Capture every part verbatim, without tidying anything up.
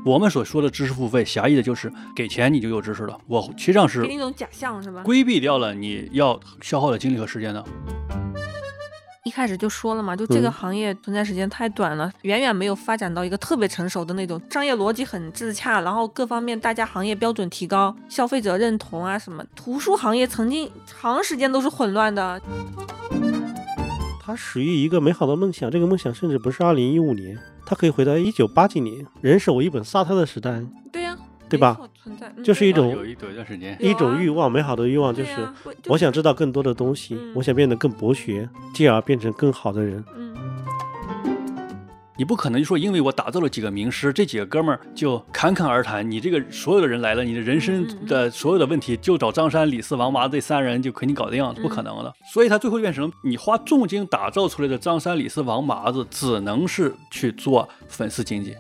我们所说的知识付费，狭义的就是给钱你就有知识了。我实际上是给你一种假象，是吧？ 规避掉了你要消耗的精力和时间的。 一开始就说了嘛，就这个行业存在时间太短了，嗯、远远没有发展到一个特别成熟的那种商业逻辑很自洽，然后各方面大家行业标准提高，消费者认同啊什么。图书行业曾经长时间都是混乱的。 它始于一个美好的梦想，这个梦想甚至不是二零一五年，它可以回到一九八几年，人手一本萨特的时代。 对呀、啊， 对吧？ 存在、嗯、 就是一种、 啊、有一有一段时间一种欲望，美好的欲望，就是我想知道更多的东西， 嗯、 我想变得更博学，继而变成更好的人。 嗯， 你不可能说因为我打造了几个名师，这几个哥们儿就侃侃而谈，你这个所有的人来了，你的人生的所有的问题就找张三李四王麻这三人就给你搞定，不可能的。所以他最后变成你花重金打造出来的张三李四王麻子，只能是去做粉丝经济。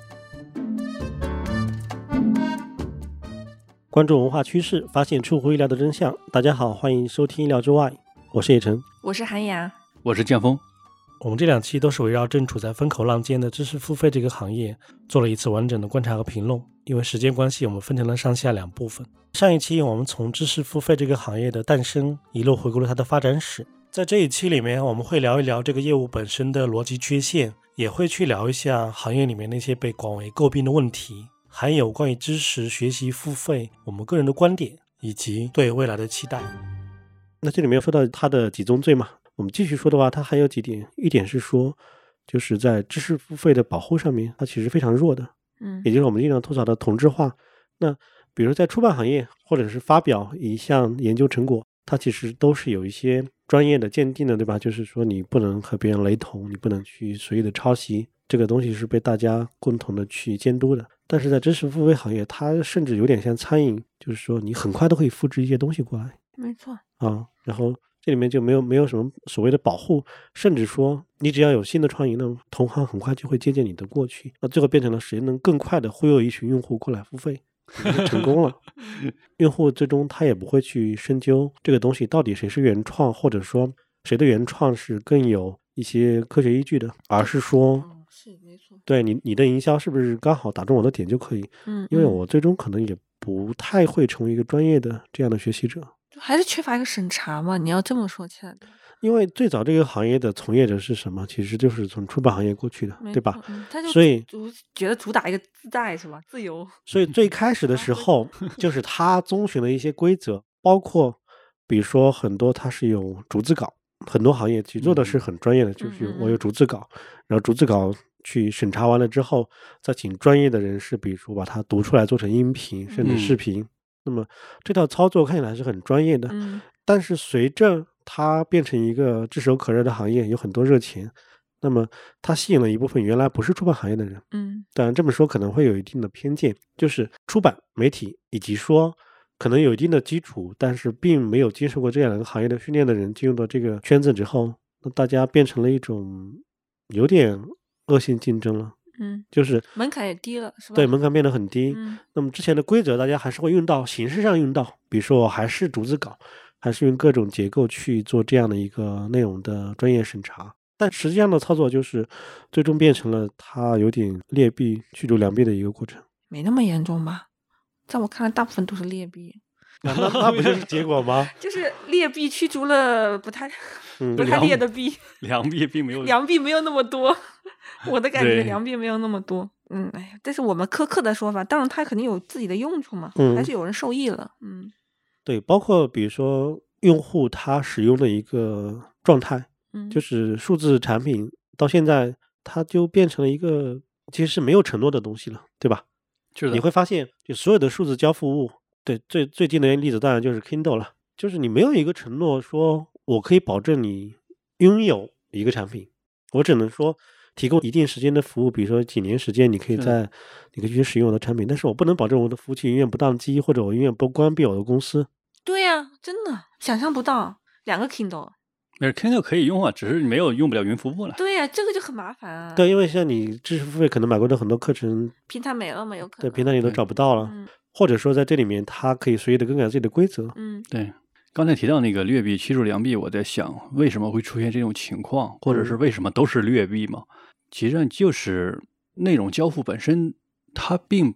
关注文化趋势，发现出乎意料的真相。大家好，欢迎收听意料之外，我是叶晨， 我是韩雅， 我是建峰。 我们这两期都是围绕正处在风口浪尖的知识付费这个行业做了一次完整的观察和评论。因为时间关系，我们分成了上下两部分。上一期我们从知识付费这个行业的诞生一路回顾了它的发展史，在这一期里面我们会聊一聊这个业务本身的逻辑缺陷，也会去聊一下行业里面那些被广为诟病的问题，还有关于知识学习付费我们个人的观点以及对未来的期待。那这里面说到它的几宗罪嘛，我们继续说的话，它还有几点。一点是说，就是在知识付费的保护上面，它其实非常弱的， 嗯， 也就是我们经常吐槽的同质化。那比如在出版行业，或者是发表一项研究成果，它其实都是有一些专业的鉴定的，对吧？就是说你不能和别人雷同，你不能去随意的抄袭，这个东西是被大家共同的去监督的。但是在知识付费行业，它甚至有点像餐饮，就是说你很快都可以复制一些东西过来。 没错啊，然后这里面就没有没有什么所谓的保护，甚至说你只要有新的创意，那同行很快就会借鉴你的过去，那最后变成了谁能更快的忽悠一群用户过来付费，就成功了。用户最终他也不会去深究这个东西到底谁是原创，或者说谁的原创是更有一些科学依据的，而是说、 嗯、是没错， 对你你的营销是不是刚好打中我的点就可以。 嗯， 因为我最终可能也不太会成为一个专业的这样的学习者， 还是缺乏一个审查嘛，你要这么说起来。 因为最早这个行业的从业者是什么？其实就是从出版行业过去的，对吧？ 嗯、他就所以觉得主打一个自在是吧？自由。 所以最开始的时候，就是他遵循了一些规则，包括比如说很多他是有逐字稿，很多行业去做的是很专业的，就是我有逐字稿，然后逐字稿去审查完了之后，再请专业的人士，比如说把它读出来做成音频甚至视频。嗯、那么这套操作看起来是很专业的， 嗯、 但是随着它变成一个炙手可热的行业，有很多热钱，那么它吸引了一部分原来不是出版行业的人。 嗯， 当然这么说可能会有一定的偏见，就是出版媒体以及说可能有一定的基础，但是并没有接受过这样一个行业的训练的人进入到这个圈子之后，那大家变成了一种有点恶性竞争了。 嗯， 就是门槛也低了，是吧？ 对，门槛变得很低。 嗯， 那么之前的规则大家还是会用到，形式上用到，比如说我还是逐字稿，还是用各种结构去做这样的一个内容的专业审查，但实际上的操作就是最终变成了它有点劣币驱逐良币的一个过程。 没那么严重吧？在我看来大部分都是劣币。 那那不就是结果吗？ 就是劣币驱逐了不太、 嗯、 不太劣的币， 良币并没有良币没有那么多。我的感觉良币没有那么多。嗯，哎呀，这是我们苛刻的说法，当然它肯定有自己的用处嘛，嗯、还是有人受益了。嗯， 对，包括比如说用户他使用的一个状态， 嗯， 就是数字产品到现在它就变成了一个其实是没有承诺的东西了，对吧？ 是的， 你会发现就所有的数字交付物，对，最最近的例子当然就是 Kindle 了，就是你没有一个承诺说我可以保证你拥有一个产品，我只能说提供一定时间的服务，比如说几年时间你可以在你可以去使用我的产品，但是我不能保证我的服务器永远不宕机，或者我永远不关闭我的公司。 对呀、啊，真的想象不到两个 Kindle。 没事 Kindle 可以用啊，只是没有用不了云服务了。 对呀、啊，这个就很麻烦啊。 对，因为像你知识付费可能买过的很多课程平台没了嘛，有可能对平台你都找不到了、嗯、或者说在这里面它可以随意的更改自己的规则。 嗯， 对。刚才提到那个劣币驱逐良币，我在想为什么会出现这种情况，或者是为什么都是劣币嘛？其实上就是内容交付本身它并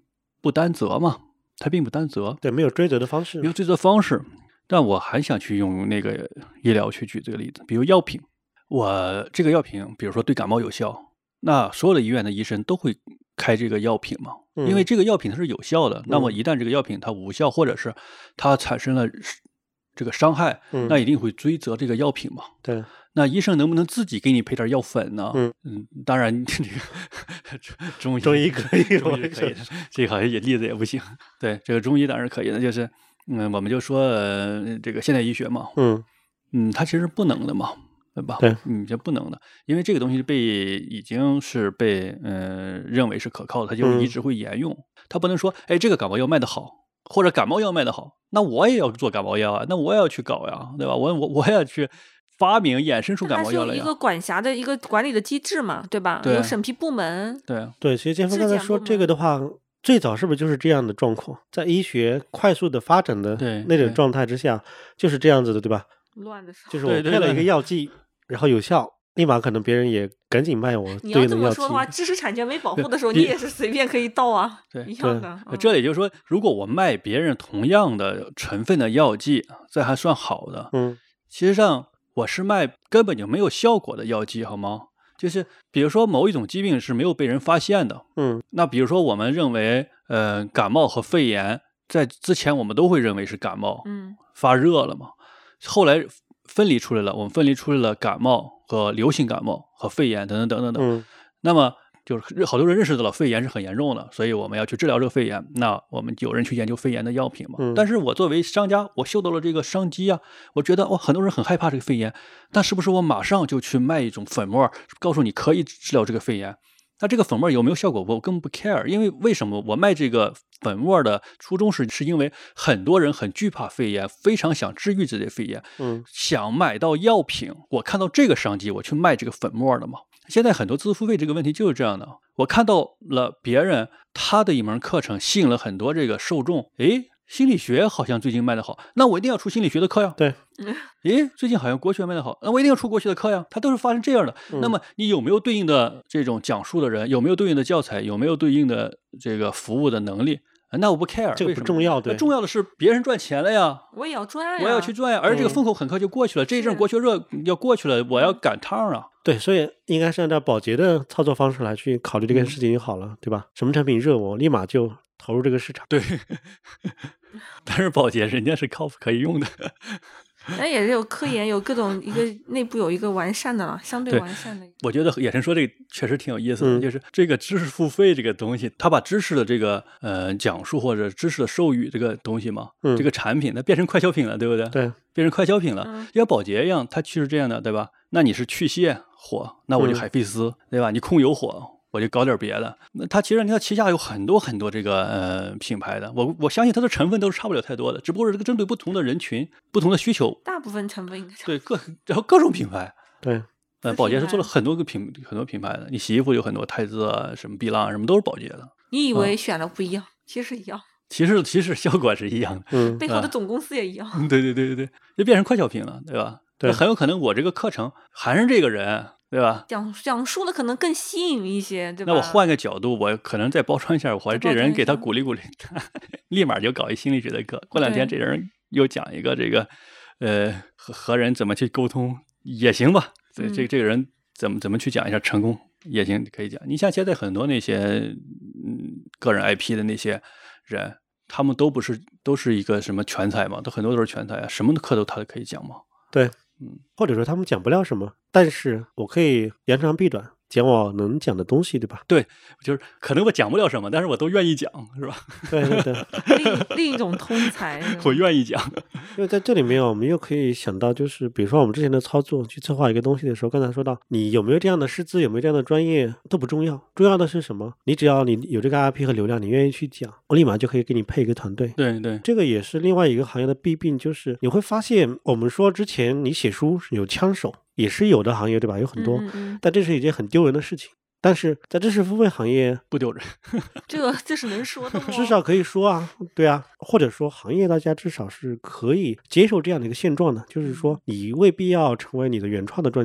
不担责嘛，它并不担责， 对，没有追责的方式， 没有追责方式。但我还想去用那个医疗去举这个例子，比如药品，我这个药品，比如说对感冒有效，那所有的医院的医生都会开这个药品嘛， 嗯、 因为这个药品它是有效的。嗯、那么一旦这个药品它无效，或者是它产生了这个伤害， 嗯、 那一定会追责这个药品嘛。 对。 那医生能不能自己给你配点药粉呢？ 嗯嗯，当然这个中医中医可以， 中医可以的，这个好像也例子也不行。对，这个中医当然是可以的，就是嗯，我们就说、呃、这个现代医学嘛， 嗯嗯，它其实不能的嘛，对吧？ 对， 嗯，这不能的，因为这个东西被已经是被嗯、呃、认为是可靠的，它就一直会沿用。嗯、它不能说，哎，这个感冒药卖得好，或者感冒药卖得好，那我也要做感冒药啊，那我也要去搞呀，对吧？我我我也要去。发明衍生出感冒药来， 一个管辖的一个管理的机制嘛，对吧？ 对， 有审批部门。 对对，其实建峰刚才说这个的话，最早是不是就是这样的状况？在医学快速的发展的那种状态之下，就是这样子的，对吧？ 乱的时候， 就是我配了一个药剂，然后有效，立马可能别人也赶紧卖我对应的药剂。 你要这么说的话，知识产权没保护的时候，你也是随便可以盗啊， 对， 一样的。 嗯、这也就是说，如果我卖别人同样的成分的药剂，这还算好的。 嗯， 其实上。我是卖根本就没有效果的药剂，好吗？就是比如说某一种疾病是没有被人发现的， 嗯， 那比如说我们认为，呃，感冒和肺炎在之前我们都会认为是感冒， 嗯， 发热了嘛，后来分离出来了，我们分离出来了感冒和流行感冒和肺炎等等等等等， 嗯， 那么。就是好多人认识到了肺炎是很严重的，所以我们要去治疗这个肺炎。那我们有人去研究肺炎的药品嘛？ 嗯、 但是我作为商家，我嗅到了这个商机啊，我觉得哇，很多人很害怕这个肺炎，那是不是我马上就去卖一种粉末，告诉你可以治疗这个肺炎？那这个粉末有没有效果，我根本不 care， 因为为什么我卖这个粉末的初衷是，是因为很多人很惧怕肺炎，非常想治愈这些肺炎， 嗯， 想买到药品，我看到这个商机，我去卖这个粉末的嘛。现在很多自付费这个问题就是这样的，我看到了别人他的一门课程吸引了很多这个受众，诶，心理学好像最近卖得好，那我一定要出心理学的课呀。 对， 诶，最近好像国学卖得好，那我一定要出国学的课呀。它都是发生这样的。 嗯、 那么你有没有对应的这种讲述的人？有没有对应的教材？有没有对应的这个服务的能力？那我不 care， 这个不重要，对， 重要的是别人赚钱了呀， 我也要赚呀， 我要去赚呀。而这个风口很快就过去了，嗯、这一阵国学热要过去了，我要赶趟啊。 对，所以应该是按照宝洁的操作方式来去考虑这件事情就好了，嗯、对吧？什么产品热，我立马就投入这个市场。 对，但是宝洁人家是靠谱可以用的。 那也是有科研，有各种一个内部有一个完善的了，相对完善的。 我觉得野神说这个确实挺有意思的， 嗯、 就是这个知识付费这个东西，他把知识的这个呃讲述或者知识的授予这个东西嘛， 嗯、 这个产品它变成快消品了，对不对？ 对， 变成快消品了， 嗯、 就像宝洁一样，它其实这样的，对吧？那你是去屑火，那我就海飞丝， 嗯、 对吧？你控油火。我就搞点别的，那它其实它旗下有很多很多这个呃品牌的，我我相信它的成分都是差不了太多的，只不过是这个针对不同的人群、不同的需求， 大部分成分应该对各然后各种品牌， 对， 呃，宝洁是做了很多个品很多品牌的，你洗衣服有很多汰渍啊，什么碧浪什么都是宝洁的。 你以为选的不一样，嗯、其实一样， 其实其实效果是一样的， 嗯， 背后的总公司也一样， 嗯、对对对对对，就变成快消品了，对吧？ 对， 很有可能我这个课程还是这个人。对吧？ 讲讲述的可能更吸引一些，对吧？ 那我换个角度，我可能再包装一下，我这人给他鼓励鼓励，立马就搞一心理学的课。过两天这人又讲一个这个，呃，和和人怎么去沟通也行吧？这这这个人怎么怎么去讲一下成功也行，可以讲。你像现在很多那些嗯个人 I P 的那些人，他们都不是都是一个什么全才嘛，都很多都是全才啊，什么的课都他都可以讲嘛。 对， 嗯， 或者说他们讲不了什么，但是我可以扬长避短，讲我能讲的东西，对吧？ 对，就是可能我讲不了什么，但是我都愿意讲，是吧？ 对对对， 另另一种通才， 我愿意讲。 因为在这里面，我们又可以想到，就是比如说我们之前的操作，去策划一个东西的时候，刚才说到你有没有这样的师资，有没有这样的专业都不重要，重要的是什么？你只要你有这个 I P 和流量，你愿意去讲，我立马就可以给你配一个团队。 对对， 这个也是另外一个行业的弊病，就是你会发现，我们说之前你写书有枪手，也是有的行业，对吧？有很多， 嗯嗯但这是一件很丢人的事情。但是在知识付费行业不丢人， 这个这是能说的吗？ 至少可以说啊，对啊，或者说行业大家至少是可以接受这样的一个现状的，就是说你未必要成为你的原创的专家，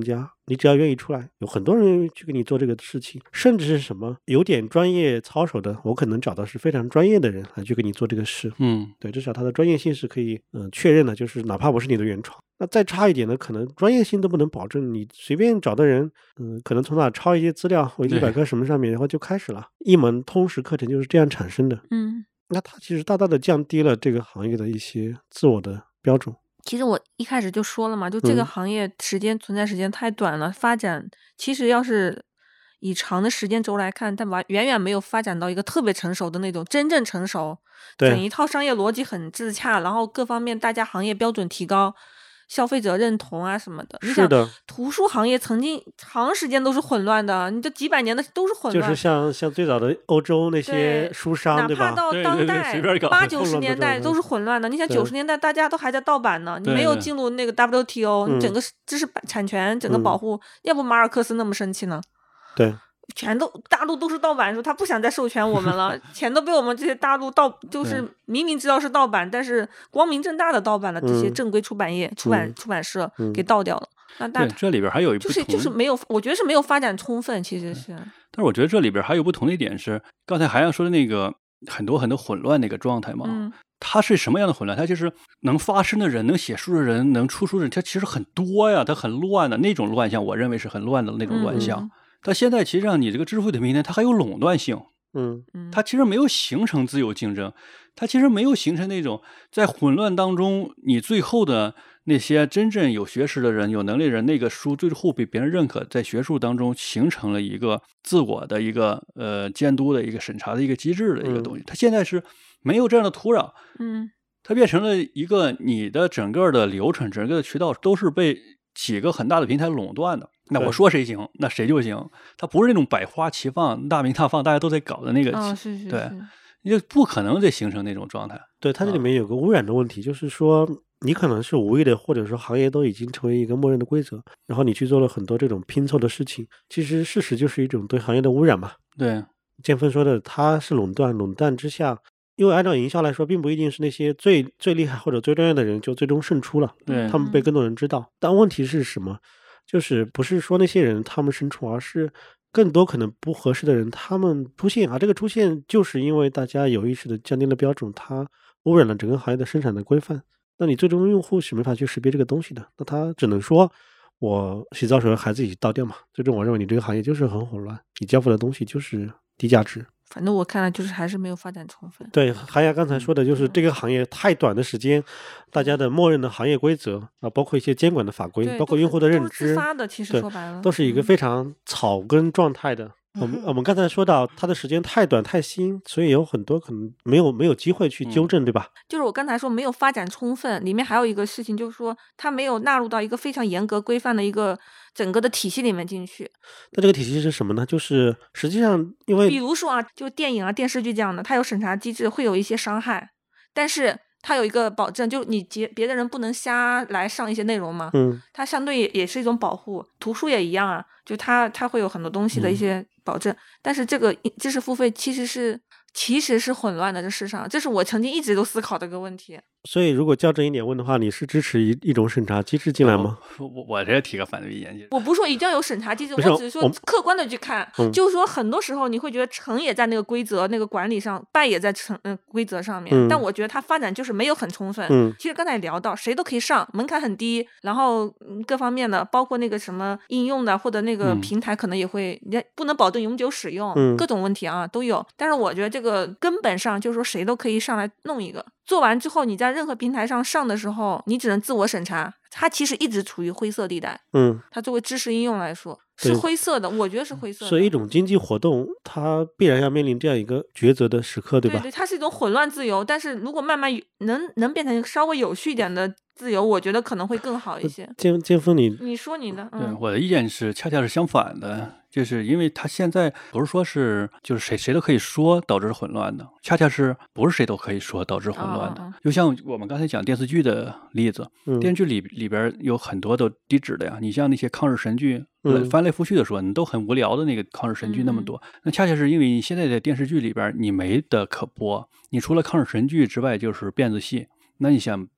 你只要愿意出来，有很多人愿意去给你做这个事情，甚至是什么有点专业操守的，我可能找到是非常专业的人来去给你做这个事。 嗯， 对，至少他的专业性是可以嗯、呃确认的，就是哪怕不是你的原创。那再差一点的，可能专业性都不能保证，你随便找的人，嗯，可能从哪抄一些资料，维基百科什么上面，然后就开始了，一门通识课程就是这样产生的。 嗯， 那它其实大大的降低了这个行业的一些自我的标准。 其实我一开始就说了嘛，就这个嗯行业时间存在时间太短了，发展其实要是以长的时间轴来看，但完远远没有发展到一个特别成熟的那种真正成熟， 对整一套商业逻辑很自洽，然后各方面大家行业标准提高，消费者认同啊什么的。你想是的， 图书行业曾经长时间都是混乱的，你这几百年的都是混乱。 就是像像最早的欧洲那些对书商，对吧？ 哪怕到对对对当代随便搞八九十混乱的状态年代都是混乱的。你想对九十年代大家都还在盗版呢，你对没有对进入那个 W T O，、 嗯你整个知识版产权整个保护，要不马尔克斯那么生气呢？ 对， 全都大陆都是盗版书，他不想再授权我们了，钱都被我们这些大陆盗，就是对明明知道是盗版，但是光明正大的盗版了，这些嗯正规出版业、出版嗯出版社嗯给盗掉了。那大对，这里边还有一不同， 就是就是没有，我觉得是没有发展充分，其实是。 但是我觉得这里边还有不同的一点是，刚才韩阳说的那个很多很多混乱那个状态嘛， 嗯它是什么样的混乱？它就是能发声的人、能写书的人、能出书的人，它其实很多呀，它很乱的那种乱象，我认为是很乱的那种乱象。 嗯但现在其实上你这个知识付费平台，它还有垄断性， 嗯嗯， 它其实没有形成自由竞争，它其实没有形成那种在混乱当中，你最后的那些真正有学识的人、有能力的人，那个书最后被别人认可，在学术当中形成了一个自我的一个呃监督的一个审查的一个机制的一个东西。它现在是没有这样的土壤， 嗯它变成了一个你的整个的流程、整个的渠道都是被几个很大的平台垄断的。那我对说谁行，那谁就行。它不是那种百花齐放、大鸣大放，大家都在搞的那个， 哦，是是对是， 你就不可能再形成那种状态。 对，它这里啊面有个污染的问题，就是说你可能是无意的，或者说行业都已经成为一个默认的规则，然后你去做了很多这种拼凑的事情，其实事实就是一种对行业的污染嘛。 对， 建峰说的，它是垄断，垄断之下，因为按照营销来说，并不一定是那些最最厉害或者最专业的人就最终胜出了， 对他们被更多人知道。但问题是什么？就是不是说那些人他们胜出，而是更多可能不合适的人他们出现啊。这个出现就是因为大家有意识的降低了标准，它污染了整个行业的生产的规范。那你最终用户是没法去识别这个东西的，那他只能说我洗澡水还自己倒掉嘛。最终我认为你这个行业就是很混乱，你交付的东西就是低价值。 反正我看来就是还是没有发展充分。 对，韩亚刚才说的就是这个行业太短的时间，大家的默认的行业规则啊，包括一些监管的法规， 对，都是包括用户的认都是自知， 发的，其实对说白了都是一个嗯非常草根状态的。我们我们刚才说到它的时间太短太新，所以有很多可能没有没有机会去纠嗯正，对吧？ 就是我刚才说没有发展充分，里面还有一个事情，就是说它没有纳入到一个非常严格规范的一个整个的体系里面进去。 那这个体系是什么呢？就是实际上因比为如说啊，就电影啊、电视剧这样的，它有审查机制，会有一些伤害，但是它有一个保证，就你别别的人不能瞎来上一些内容嘛。 嗯它相对也是一种保护，图书也一样啊，就它它会有很多东西的一些保证，但是这个知识付费其实是其实是混乱的，这世上，这是我曾经一直都思考的一个问题。 所以如果校正一点问的话，你是支持一一种审查机制进来吗？ 我我我这提个反对意见， 我不是说一定要有审查机制， 不是我只是说我客观的去看， 嗯就是说很多时候你会觉得成也在那个规则、那个管理上，败也在成嗯、规则上面， 嗯但我觉得它发展就是没有很充分。 嗯其实刚才也聊到，谁都可以上，门槛很低，然后嗯各方面的，包括那个什么应用的或者那个嗯平台可能也会，也不能保证永久使用， 嗯各种问题啊都有。但是我觉得这个根本上就是说谁都可以上来弄一个。做完之后，你在任何平台上上的时候，你只能自我审查，它其实一直处于灰色地带。 嗯， 它作为知识应用来说是对灰色的，我觉得是灰色的。 所以一种经济活动，它必然要面临这样一个抉择的时刻，对吧？ 对对，它是一种混乱自由，但是如果慢慢有能能变成稍微有序一点的自由，我觉得可能会更好一些。 建建峰，你你说你的， 对嗯， 我的意见是恰恰是相反的，就是因为他现在不是说是就是谁谁都可以说导致混乱的，恰恰是不是谁都可以说导致混乱的。 哦哦哦就像我们刚才讲电视剧的例子， 嗯电视剧里里边有很多都低脂的呀，你像那些抗日神剧，呃嗯翻来覆去的说，你都很无聊的那个抗日神剧那么多，那恰恰是因为你现在的电视剧里边你没得可播，你除了抗日神剧之外就是辫子戏。那你想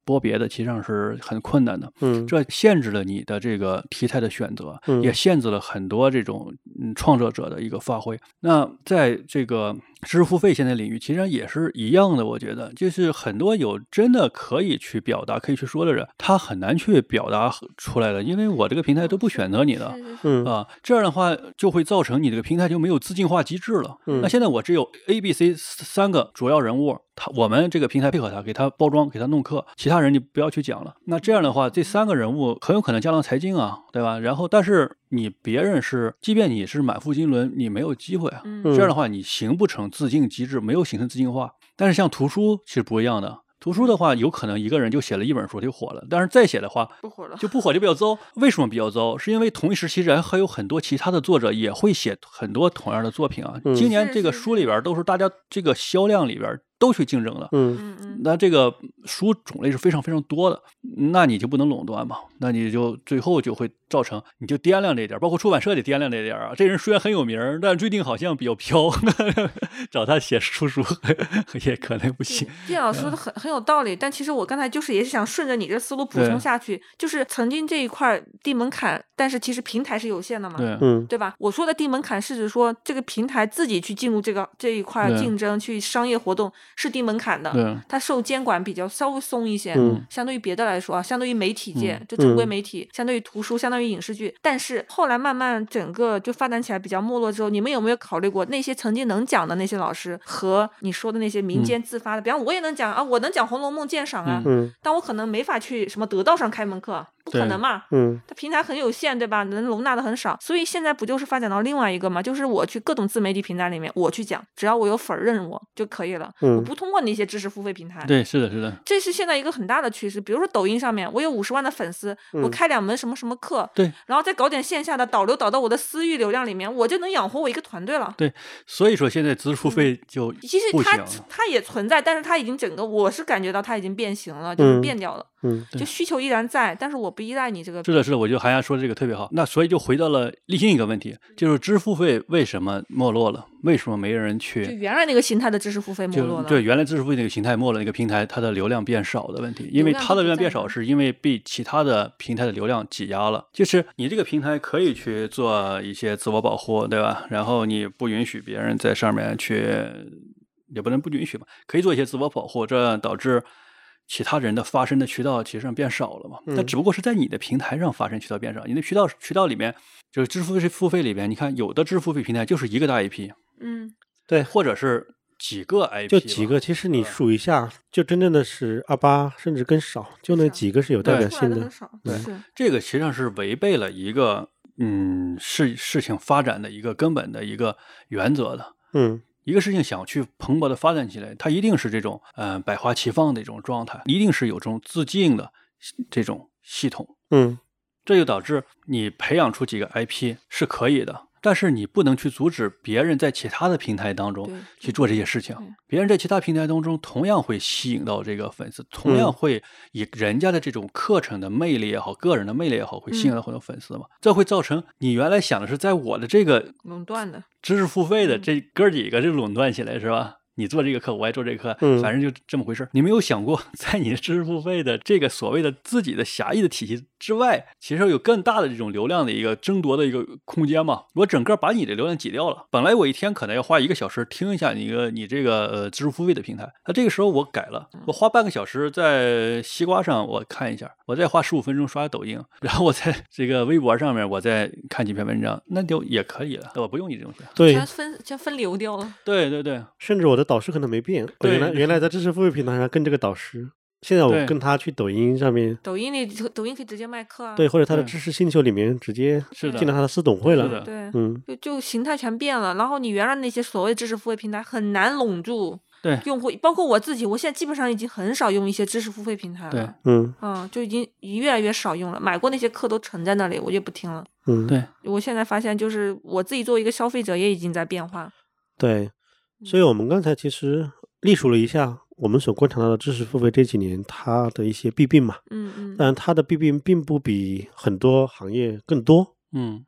剥别的，其实上是很困难的。 嗯， 这限制了你的这个题材的选择， 嗯也限制了很多这种嗯创作者的一个发挥。那在这个知识付费现在领域，其实上也是一样的。我觉得，就是很多有真的可以去表达、可以去说的人，他很难去表达出来了，因为我这个平台都不选择你的。 是是是嗯啊，这样的话就会造成你这个平台就没有自净化机制了。 嗯那现在我只有 A、B、C 三个主要人物，他我们这个平台配合他，给他包装，给他弄课，其他人就不要去讲了。那这样的话，这三个人物很有可能江郎才尽啊，对吧？然后，但是你别人是，即便你是满腹经纶，你没有机会啊。 嗯这样的话，你形不成自净机制，没有形成自净化。但是像图书其实不一样的。图书的话，有可能一个人就写了一本书就火了，但是再写的话不火了， 就不火就比较糟。为什么比较糟？是因为同一时期然还有很多其他的作者也会写很多同样的作品啊。 嗯今年是是这个书里边都是大家这个销量里边都去竞争的。 嗯嗯嗯， 那这个书种类是非常非常多的，那你就不能垄断嘛？那你就最后就会造成你就掂量这点，包括出版社得掂量这点啊。这人虽然很有名，但最近好像比较飘，找他写出书也可能不行。 叶老师说的很很有道理，但其实我刚才就是也是想顺着你这思路补充下去，就是曾经这一块低门槛，但是其实平台是有限的嘛。 对， 嗯对吧？我说的低门槛是指说这个平台自己去进入这个这一块对竞争，去商业活动是低门槛的， 对， 它受监管比较稍微松一些， 嗯相对于别的来说啊，相对于媒体界， 嗯就正规媒体，相对于图书，相当于影视剧。但是后来慢慢整个就发展起来比较没落之后，你们有没有考虑过那些曾经能讲的那些老师和你说的那些民间自发的？比方我也能讲啊，我能讲《红楼梦》鉴赏啊， 嗯但我可能没法去什么得道上开门课，不可能嘛。 嗯它平台很有限，对吧？能容纳的很少，所以现在不就是发展到另外一个嘛？就是我去各种自媒体平台里面，我去讲，只要我有粉儿认我就可以了， 嗯我不通过那些知识付费平台。 对，是的，是的， 这是现在一个很大的趋势。比如说抖音上面，我有五十万的粉丝， 嗯我开两门什么什么课， 对， 然后再搞点线下的导流导到我的私域流量里面，我就能养活我一个团队了。 对，所以说现在知识付费就其实它不行了。 它也存在，但是它已经整个，我是感觉到它已经变形了，就是嗯变掉了。 嗯就需求依然在，但是我不依赖你这个。 是的，是的，我觉得韩寒说的这个特别好。那所以就回到了另一个问题，就是知识付费为什么没落了？为什么没人就去？ 原来那个形态的知识付费没落了。 就对，原来知识付费那个形态没落，那个平台它的流量变少的问题，因为它的流量变少，是因为被其他的平台的流量挤压了。就是你这个平台可以去做一些自我保护，对吧？然后你不允许别人在上面去，也不能不允许吧，可以做一些自我保护，这导致其他人的发声的渠道其实上变少了嘛。 嗯那只不过是在你的平台上发声渠道变少，你的渠道渠道里面就是支付费付费里边，你看有的支付费平台就是一个大 I P， 嗯， 对， 或者是几个 I P， 就几个，其实你数一下，就真正的是二八，甚至更少，就那几个是有代表性的出来的很。少。 对是。 这个实际上是违背了一个嗯事事情发展的一个根本的一个原则的。 嗯一个事情想去蓬勃的发展起来，它一定是这种呃百花齐放的一种状态，一定是有这种自净的这种系统。 嗯这就导致你培养出几个 I P 是可以的，但是你不能去阻止别人在其他的平台当中对去做这些事情对。 别人在其他平台当中同样会吸引到这个粉丝，同样会以人家的这种课程的魅力也好，个人的魅力也好，会吸引到很多粉丝嘛。这会造成你原来想的是在我的这个垄断的。 知识付费的嗯这哥几个就垄断起来是吧？你做这个课，我也做这个课， 嗯反正就这么回事。你没有想过，在你的知识付费的这个所谓的自己的狭义的体系之外，其实有更大的这种流量的一个争夺的一个空间嘛？我整个把你的流量挤掉了。本来我一天可能要花一个小时听一下你一个你这个呃知识付费的平台，那这个时候我改了，我花半个小时在西瓜上我看一下，我再花十五分钟刷抖音，然后我在这个微博上面我再看几篇文章，那就也可以了，我不用你这种东西。 对， 全分全分流掉了。 对对对。 甚至我的导师可能没变，我对原来原来在知识付费平台上跟这个导师，现在我对跟他去抖音上面， 抖音里抖音可以直接卖课啊。 对，或者他的对知识星球里面直接是的进到他的私董会了。 是的对， 嗯就就形态全变了。然后你原来那些所谓知识付费平台很难拢住对用户，包括我自己，我现在基本上已经很少用一些知识付费平台对了。 嗯嗯，就已经越来越少用了。买过那些课都沉在那里，我就不听了。 嗯， 对我现在发现，就是我自己作为一个消费者，也已经在变化。 对，所以我们刚才其实历数了一下我们所观察到的知识付费这几年它的一些弊病嘛， 嗯嗯， 但它的弊病并不比很多行业更多。 嗯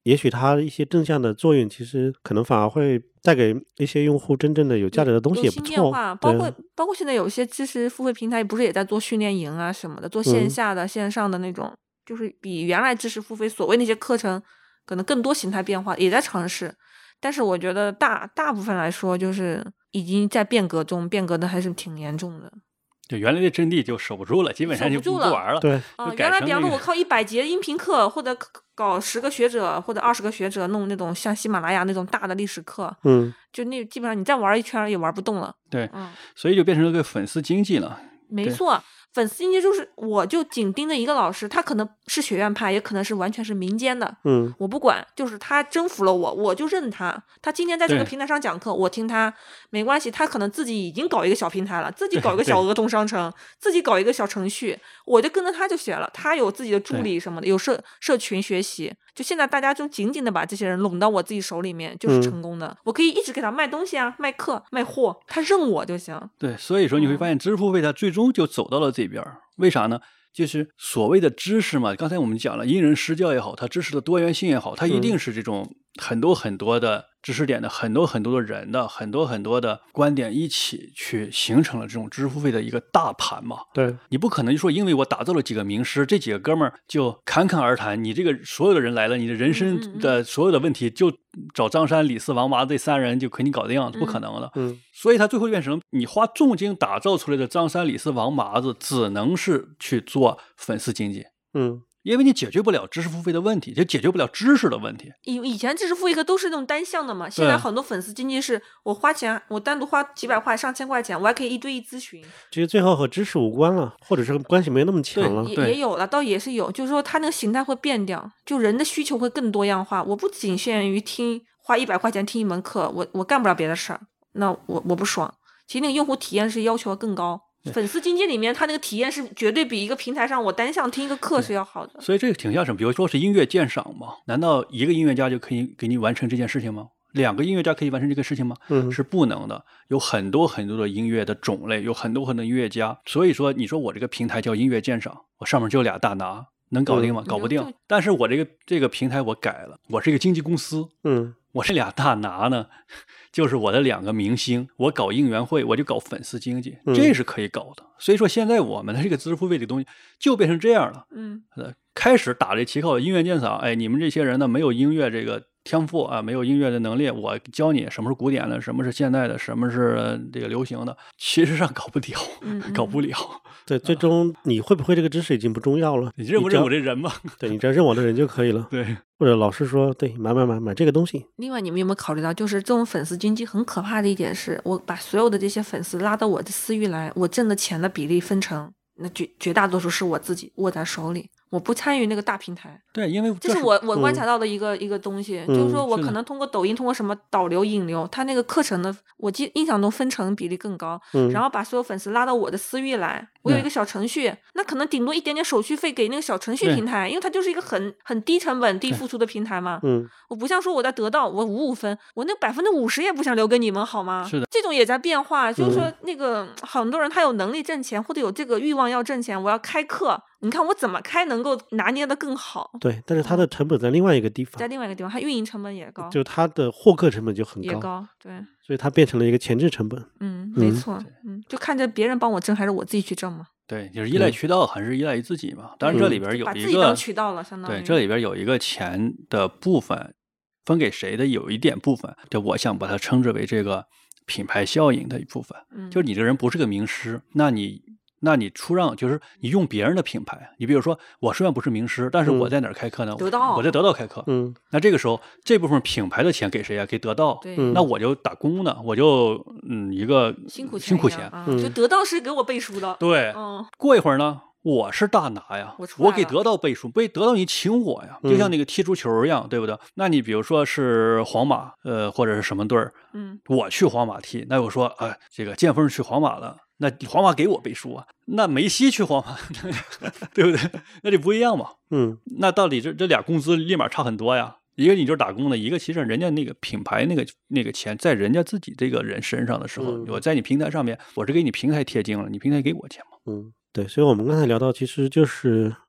也许它一些正向的作用，其实可能反而会带给一些用户真正的有价值的东西，也不错。 包括包括现在有些知识付费平台不是也在做训练营啊什么的，做线下的、嗯、线上的那种，就是比原来知识付费所谓那些课程可能更多形态变化，也在尝试。但是我觉得大大部分来说，就是已经在变革中，变革的还是挺严重的。 就原来的阵地就守不住了，基本上就不玩了。 对啊、呃，原来比方说我靠一百节音频课，或者搞十个学者或者二十个学者弄那种像喜马拉雅那种大的历史课， 嗯， 就那基本上你再玩一圈也玩不动了。 对， 嗯， 所以就变成了个粉丝经济了。 没错。粉丝经济就是我就紧盯着一个老师，他可能是学院派，也可能是完全是民间的， 嗯， 我不管，就是他征服了我，我就认他。他今天在这个平台上讲课，我听他没关系。他可能自己已经搞一个小平台了，自己搞一个小儿童商城，自己搞一个小程序，我就跟着他就学了。他有自己的助理什么的，有社社群学习。就现在大家就紧紧的把这些人拢到我自己手里面，就是成功的。嗯、我可以一直给他卖东西啊，卖课卖货，他认我就行。 对，所以说你会发现知识付费它最终就走到了这边、嗯、为啥呢？就是所谓的知识嘛，刚才我们讲了因人施教也好，它知识的多元性也好，它一定是这种很多很多的知识点的、很多很多的人的、很多很多的观点一起去形成了这种知识付费的一个大盘嘛。 对， 你不可能说因为我打造了几个名师，这几个哥们儿就侃侃而谈，你这个所有的人来了，你的人生的所有的问题就找张三李四王麻这三人就给你搞定，不可能的。 嗯， 所以他最后变成你花重金打造出来的张三李四王麻子，只能是去做粉丝经济。 嗯， 因为你解决不了知识付费的问题，就解决不了知识的问题。 以以前知识付费课都是那种单向的嘛，现在很多粉丝经济是我花钱，我单独花几百块、上千块钱，我还可以一对一咨询。 其实最后和知识无关了，或者是关系没那么强了。 也也有了，倒也是有，就是说它那个形态会变掉，就人的需求会更多样化。我不仅限于听花一百块钱听一门课，我我干不了别的事儿，那我我不爽。其实那个用户体验是要求更高。粉丝经济里面，它那个体验是绝对比一个平台上我单向听一个课是要好的。 所以这个挺像什么？比如说是音乐鉴赏嘛？难道一个音乐家就可以给你完成这件事情吗？两个音乐家可以完成这个事情吗？ 嗯， 是不能的。有很多很多的音乐的种类，有很多很多音乐家。所以说，你说我这个平台叫音乐鉴赏，我上面就俩大拿，能搞定吗？ 嗯、 搞不定。但是我这个这个平台我改了，我是一个经纪公司。 嗯， 我这俩大拿呢，就是我的两个明星，我搞应援会，我就搞粉丝经济，这是可以搞的。嗯、所以说，现在我们的这个知识付费的东西就变成这样了。 嗯， 开始打这旗号音乐鉴赏，哎，你们这些人呢没有音乐这个天赋啊，没有音乐的能力，我教你什么是古典的，什么是现代的，什么是这个流行的，其实上搞不了， 嗯、 搞不了。 对，最终你会不会这个知识已经不重要了， 你认不认我这人嘛？ 对，你只要认我的人就可以了。 对， 或者老师说，对，买买买买这个东西。 另外，你们有没有考虑到，就是这种粉丝经济很可怕的一点是，我把所有的这些粉丝拉到我的私域来，我挣的钱的比例分成，那绝绝大多数是我自己握在手里。我不参与那个大平台， 对，因为这是我我观察到的一个、嗯、一个东西，就是说我可能通过抖音，通过什么导流引流，它那个课程的我记印象中分成比例更高、 嗯， 然后把所有粉丝拉到我的私域来，我有一个小程序，嗯、那可能顶多一点点手续费给那个小程序平台，因为它就是一个很很低成本低付出的平台嘛， 嗯， 我不像说我在得到我五五分，我那百分之五十也不想留给你们好吗？ 是的， 这种也在变化，就是说那个很多人他有能力挣钱或者有这个欲望要挣钱，我要开课。你看我怎么开能够拿捏的更好？ 对，但是它的成本在另外一个地方， 在另外一个地方，它运营成本也高， 就它的获客成本就很高， 也高，对， 所以它变成了一个前置成本。 嗯，没错，嗯，就看着别人帮我挣还是我自己去挣嘛。 对，就是依赖渠道还是依赖于自己嘛。当然这里边有一个、 把自己当渠道了，相当于对，这里边有一个钱的部分分给谁的有一点部分，就我想把它称之为这个品牌效应的一部分。 嗯， 就是你这个人不是个名师，那你。那你出让就是你用别人的品牌，你比如说我虽然不是名师，但是我在哪儿开课呢？ 得到， 我在得到开课。 嗯， 那这个时候这部分品牌的钱给谁啊？给得到。 对， 那我就打工呢，我就嗯一个辛苦钱辛苦钱， 啊嗯、就得到是给我背书的。 对， 嗯， 过一会儿呢。我是大拿呀， 我, 我给得到背书，被得到你请我呀，就像那个踢足球一样， 嗯、 对不对？那你比如说是皇马，呃，或者是什么队儿， 嗯， 我去皇马踢，那我说，哎、呃，这个剑锋去皇马了，那皇马给我背书啊，那梅西去皇马，对不对？那就不一样嘛， 嗯， 那到底这这俩工资立马差很多呀。一个你就是打工的，一个其实人家那个品牌那个那个钱在人家自己这个人身上的时候， 嗯、 我在你平台上面，我是给你平台贴金了，你平台给我钱嘛， 嗯。对，所以我们刚才聊到，其实就是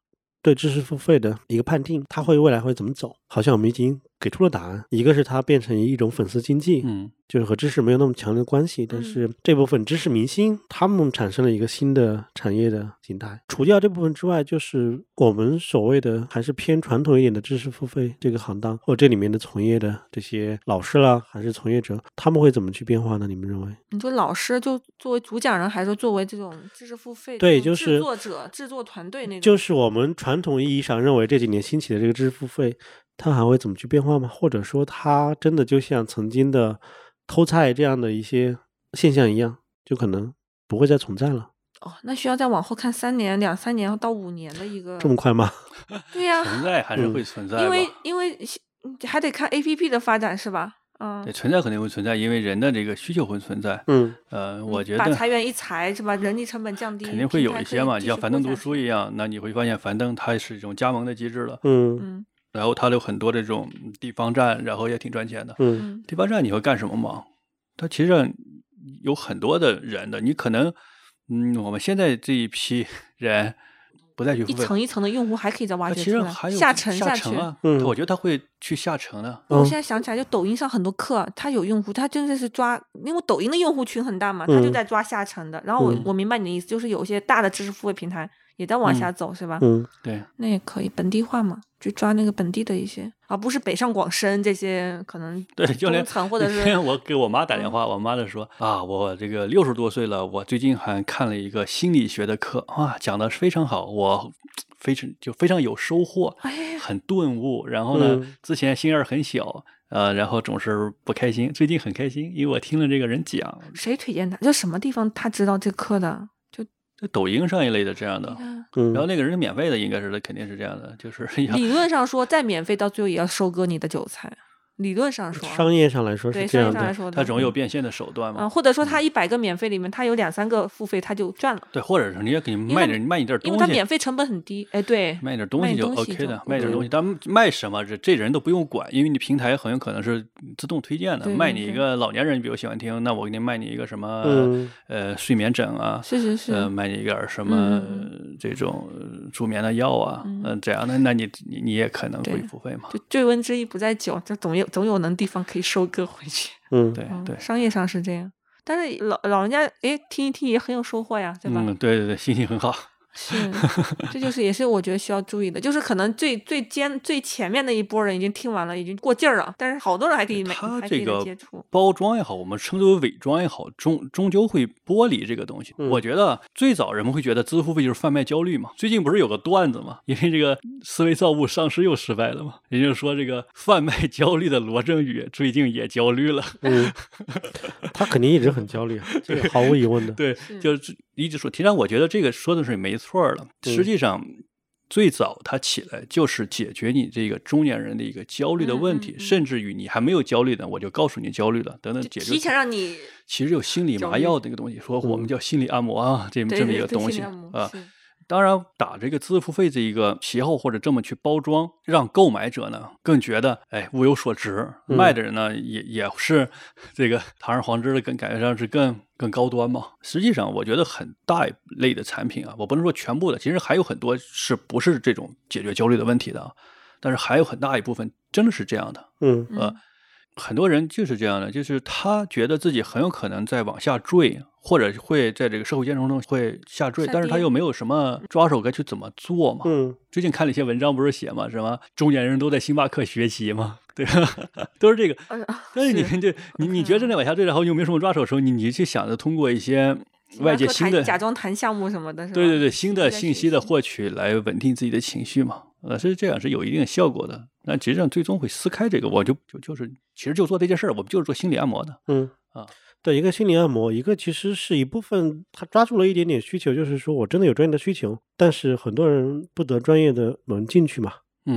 对知识付费的一个判定，它会未来会怎么走，好像我们已经给出了答案。一个是它变成一种粉丝经济， 嗯， 就是和知识没有那么强的关系，但是这部分知识明星他们产生了一个新的产业的形态。除掉这部分之外，就是我们所谓的还是偏传统一点的知识付费这个行当，或者这里面的从业的这些老师啦，还是从业者，他们会怎么去变化呢？你们认为？ 你说老师就作为主讲人，还是说作为这种知识付费对，就是制作者、制作团队那种？ 就是我们传统意义上认为这几年兴起的这个知识付费，它还会怎么去变化吗？或者说它真的就像曾经的偷菜这样的一些现象一样，就可能不会再存在了？ 哦，那需要再往后看三年、两三年到五年的一个这么快吗？ 对呀、 存在还是会存在吧， 因为因为还得看 A P P 的发展是吧？嗯， 对，存在肯定会存在，因为人的这个需求会存在。 嗯， 呃，我你觉得把裁员一裁是吧？人力成本降低， 肯定会有一些嘛，就像樊登读书一样。 样，那你会发现樊登它是一种加盟的机制了， 嗯嗯然后它有很多这种地方站，然后也挺赚钱的。 嗯嗯地方站你会干什么忙？它其实上有很多的人的，你可能，嗯，我们现在这一批人不再去付费， 一层一层的用户还可以再挖它掘出来， 其实还有下沉去。 下沉啊， 嗯我觉得他会去下沉的。 我现在想起来，就抖音上很多课，它有用户，它真的是抓，因为抖音的用户群很大嘛，它就在抓下沉的。然后我嗯我明白你的意思，就是有一些大的知识付费平台也在往下走，是吧？ 嗯对， 那也可以本地化嘛，就抓那个本地的一些，而不是北上广深这些可能对，就连中层或者是那天我给我妈打电话，我妈就说啊，我这个六十多岁了，我最近还看了一个心理学的课啊，讲的非常好，我非常就非常有收获， 哎很顿悟。然后呢， 嗯之前心眼儿很小，呃，然后总是不开心，最近很开心，因为我听了这个人讲， 谁推荐他？就什么地方他知道这课的？就在抖音上一类的这样的你。看， 嗯， 然后那个人是免费的，应该是的，肯定是这样的，就是要理论上说再免费，到最后也要收割你的韭菜。理论上说啊， 商业上来说对是这样的。 商业上来说的， 他总有变现的手段嘛。 啊，或者说他一百个免费里面，他有两三个付费，他就赚了， 对，或者是你也给你为他卖点卖你点因为他东西， 免费成本很低。哎，对， 卖点东西就卖东西 OK 的， 就卖点 OK 东西，但卖什么这这人都不用管，因为你平台很有可能是自动推荐的。 对卖你一对个老年人，比如喜欢听，那我给你卖你一个什么、 嗯呃睡眠枕啊， 是是是， 呃卖你一点儿什么、 嗯呃这种呃助眠的药啊，嗯、 嗯这样的，那你你你也可能会对付费嘛。 就醉翁之意不在酒，这总有总有能地方可以收割回去。 嗯， 对嗯对， 商业上是这样，但是老老人家哎听一听也很有收获呀，对吧？ 嗯，对对对，心情很好。 是，这就是也是我觉得需要注意的，就是可能最最尖最前面的一波人已经听完了，已经过劲儿了，但是好多人还可以买， 它还可以再这个接触。 包装也好，我们称之为伪装也好，终终究会剥离这个东西。 嗯我觉得最早人们会觉得知识付费就是贩卖焦虑嘛。最近不是有个段子嘛？因为这个思维造物上市又失败了嘛，也就是说这个贩卖焦虑的罗振宇最近也焦虑了。 嗯，他肯定一直很焦虑，这个毫无疑问的。 对， 是就是一直说，其实我觉得这个说的是没错儿的。 嗯实际上，最早它起来就是解决你这个中年人的一个焦虑的问题， 嗯嗯嗯甚至于你还没有焦虑呢，我就告诉你焦虑了，等等，解决。 就提前让你其实有心理麻药这个东西，说我们叫心理按摩啊，这对这么一个对对东西心理按摩啊。 是当然，打这个支付费这一个旗号或者这么去包装，让购买者呢更觉得哎物有所值， 嗯卖的人呢也也是这个堂而皇之的，更感觉上是更更高端嘛。实际上，我觉得很大一类的产品啊，我不能说全部的，其实还有很多是不是这种解决焦虑的问题的啊，但是还有很大一部分真的是这样的。 嗯呃，很多人就是这样的，就是他觉得自己很有可能在往下坠，或者会在这个社会竞争中会下坠， 下但是他跌又没有什么抓手该去怎么做嘛。 嗯最近看了一些文章，不是写嘛，什么中年人都在星巴克学习嘛，对吧？都是这个。 呃但是你看这，你你觉得正在往下坠，然后又没有什么抓手的时候，你你去想着通过一些外界新的假装谈项目什么的，是吧？ 对对对，新的在信学习息的获取来稳定自己的情绪嘛，呃，是这样是有一定的效果的。那实际上最终会撕开这个，我就就就是其实就做这件事儿，我们就是做心理按摩的。 嗯啊， 对，一个心理按摩，一个其实是一部分，他抓住了一点点需求，就是说我真的有专业的需求，但是很多人不得专业的门进去嘛， 嗯， 因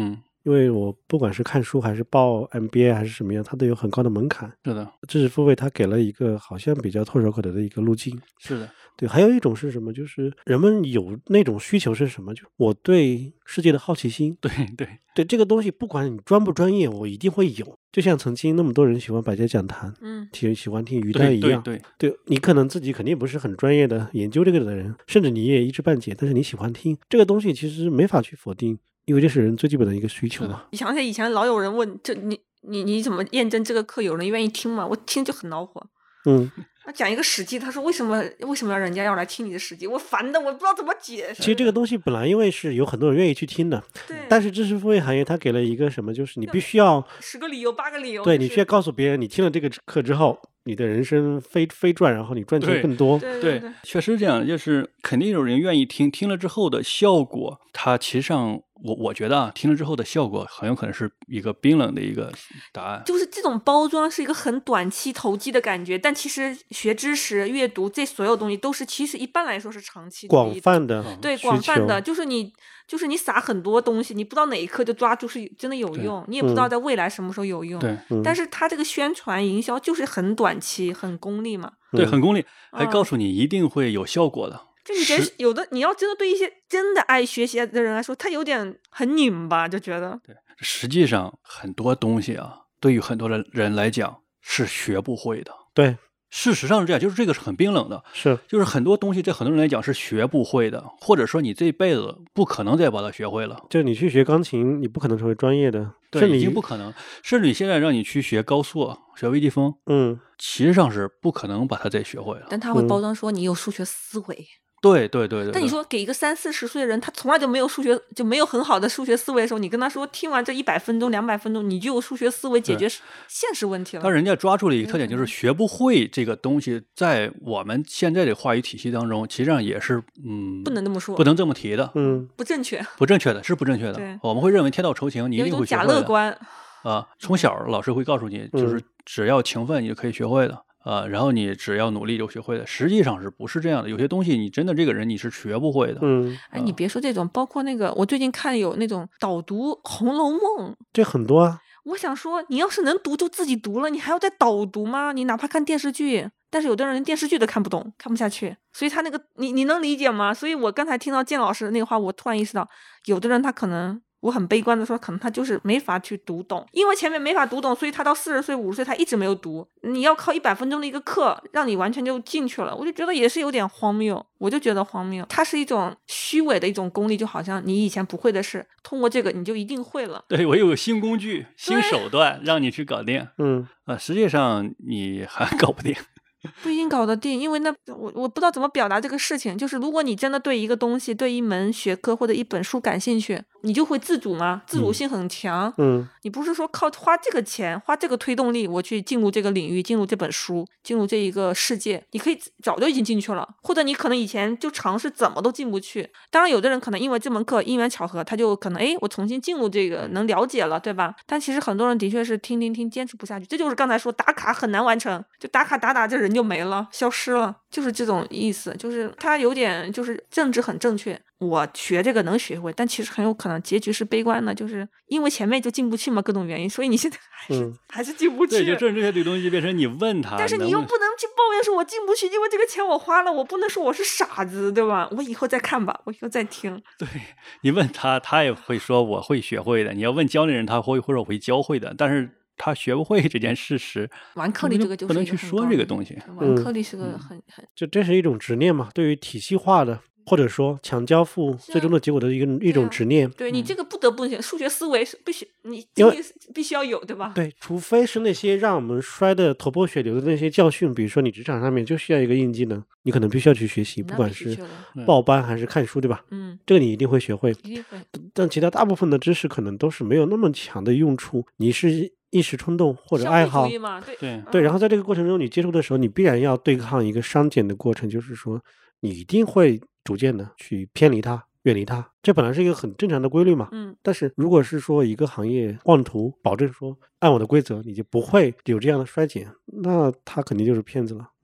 因为我不管是看书还是报 M B A 还是什么样，它都有很高的门槛。 是的， 知识付费它给了一个好像比较唾手可得的一个路径。 是的， 对，还有一种是什么？就是人们有那种需求是什么？就我对世界的好奇心。 对对对这个东西，不管你专不专业，我一定会有。就像曾经那么多人喜欢百家讲坛， 嗯， 喜喜欢听于丹一样。 对对对， 对你可能自己肯定不是很专业的研究这个的人，甚至你也一知半解，但是你喜欢听这个东西，其实没法去否定，因为这是人最基本的一个需求嘛。 你想想以前老有人问，这你你你怎么验证这个课有人愿意听吗？我听就很恼火。 嗯， 他讲一个史记，他说为什么为什么人家要来听你的史记？我烦的我不知道怎么解释。 其实这个东西本来因为是有很多人愿意去听的， 对， 但是知识付费行业它给了一个什么，就是你必须要十个理由八个理由， 对， 就是你需要告诉别人，你听了这个课之后，你的人生飞飞转，然后你赚钱对更多。 对对对， 确实这样，就是肯定有人愿意听，听了之后的效果，它其实上我我觉得啊，听了之后的效果很有可能是一个冰冷的一个答案。 就是这种包装是一个很短期投机的感觉，但其实学知识、阅读这所有东西都是其实一般来说是长期广泛的对需求广泛的，就是你就是你撒很多东西，你不知道哪一刻就抓住是真的有用，你也不知道在未来什么时候有用。 对， 嗯但是它这个宣传营销就是很短期、很功利嘛。 对， 嗯很功利，还啊告诉你一定会有效果的。 就你觉得有的，你要真的对一些真的爱学习的人来说，他有点很拧巴，就觉得对，实际上很多东西啊，对于很多的人来讲是学不会的。 对， 事实上是这样，就是这个是很冰冷的， 是就是很多东西对很多人来讲是学不会的，或者说你这辈子不可能再把它学会了。 就你去学钢琴，你不可能成为专业的， 对，已甚至经不可能。甚至你现在让你去学高数、学微积分， 嗯， 其实上是不可能把它再学会了。 但他会嗯包装说你有数学思维。 对对对对。 但你说给一个三四十岁的人，他从来就没有数学，就没有很好的数学思维的时候，你跟他说听完这一百分钟、两百分钟，你就有数学思维解决现实问题了。 但人家抓住了一个特点， 嗯就是学不会这个东西，在我们现在的话语体系当中，其实上也是嗯， 不能这么说， 不能这么提的， 嗯， 不正确， 不正确的，是不正确的对。 我们会认为天道酬勤，你一有一种假定会学会的乐观。 啊。从小老师会告诉你，就是嗯只要勤奋，你就可以学会的。啊，然后你只要努力就学会了，实际上是不是这样的？有些东西你真的这个人你是学不会的。 嗯， 哎，你别说这种，包括那个，我最近看有那种导读《红楼梦》， 这很多啊。 我想说，你要是能读就自己读了，你还要再导读吗？你哪怕看电视剧，但是有的人连电视剧都看不懂，看不下去，所以他那个你你能理解吗？所以我刚才听到建老师那个话，我突然意识到，有的人他可能。我很悲观的说，可能他就是没法去读懂，因为前面没法读懂，所以他到四十岁、五十岁他一直没有读。你要靠一百分钟的一个课，让你完全就进去了，我就觉得也是有点荒谬。我就觉得荒谬，它是一种虚伪的一种功利，就好像你以前不会的事，通过这个你就一定会了。 对，我有个新工具、新手段让你去搞定， 嗯， 啊，实际上你还搞不定。 不一定搞得定，因为那我我不知道怎么表达这个事情。就是如果你真的对一个东西、对一门学科或者一本书感兴趣，你就会自主嘛，自主性很强。 嗯， 你不是说靠花这个钱、花这个推动力，我去进入这个领域、进入这本书、进入这一个世界，你可以早就已经进去了，或者你可能以前就尝试怎么都进不去。当然，有的人可能因为这门课因缘巧合，他就可能哎，我重新进入这个能了解了，对吧？但其实很多人的确是听听听，坚持不下去。这就是刚才说打卡很难完成，就打卡打打这人就没了，消失了，就是这种意思。就是他有点就是政治很正确。我学这个能学会，但其实很有可能结局是悲观的，就是因为前面就进不去嘛，各种原因，所以你现在还是、 嗯、 还是进不去。 对，就政治这个东西变成你问他， 但是你又不能去抱怨说我进不去，因为这个钱我花了，我不能说我是傻子，对吧？我以后再看吧，我以后再听。 对，你问他，他也会说我会学会的。你要问教那人，他会或者我会教会的，但是他学不会这件事实。 完课率这个就是不能去说这个东西。 完课率是个很、嗯、很， 就这是一种执念嘛，对于体系化的。或者说强交付最终的结果的一个、啊、一种执念， 对你这个不得不数学思维是必须你因为必须要有，对吧？ 对，除非是那些让我们摔得头破血流的那些教训，比如说你职场上面就需要一个硬技能，你可能必须要去学习，不管是报班还是看书，对吧？ 嗯， 这个你一定会学会， 一定会。 但其他大部分的知识可能都是没有那么强的用处，你是一时冲动或者爱好， 对对对，然后在这个过程中你接触的时候，你必然要对抗一个商减的过程，就是说你一定会逐渐的去偏离它、远离它，这本来是一个很正常的规律嘛。 嗯。 但是如果是说一个行业妄图保证说按我的规则你就不会有这样的衰减，那他肯定就是骗子了。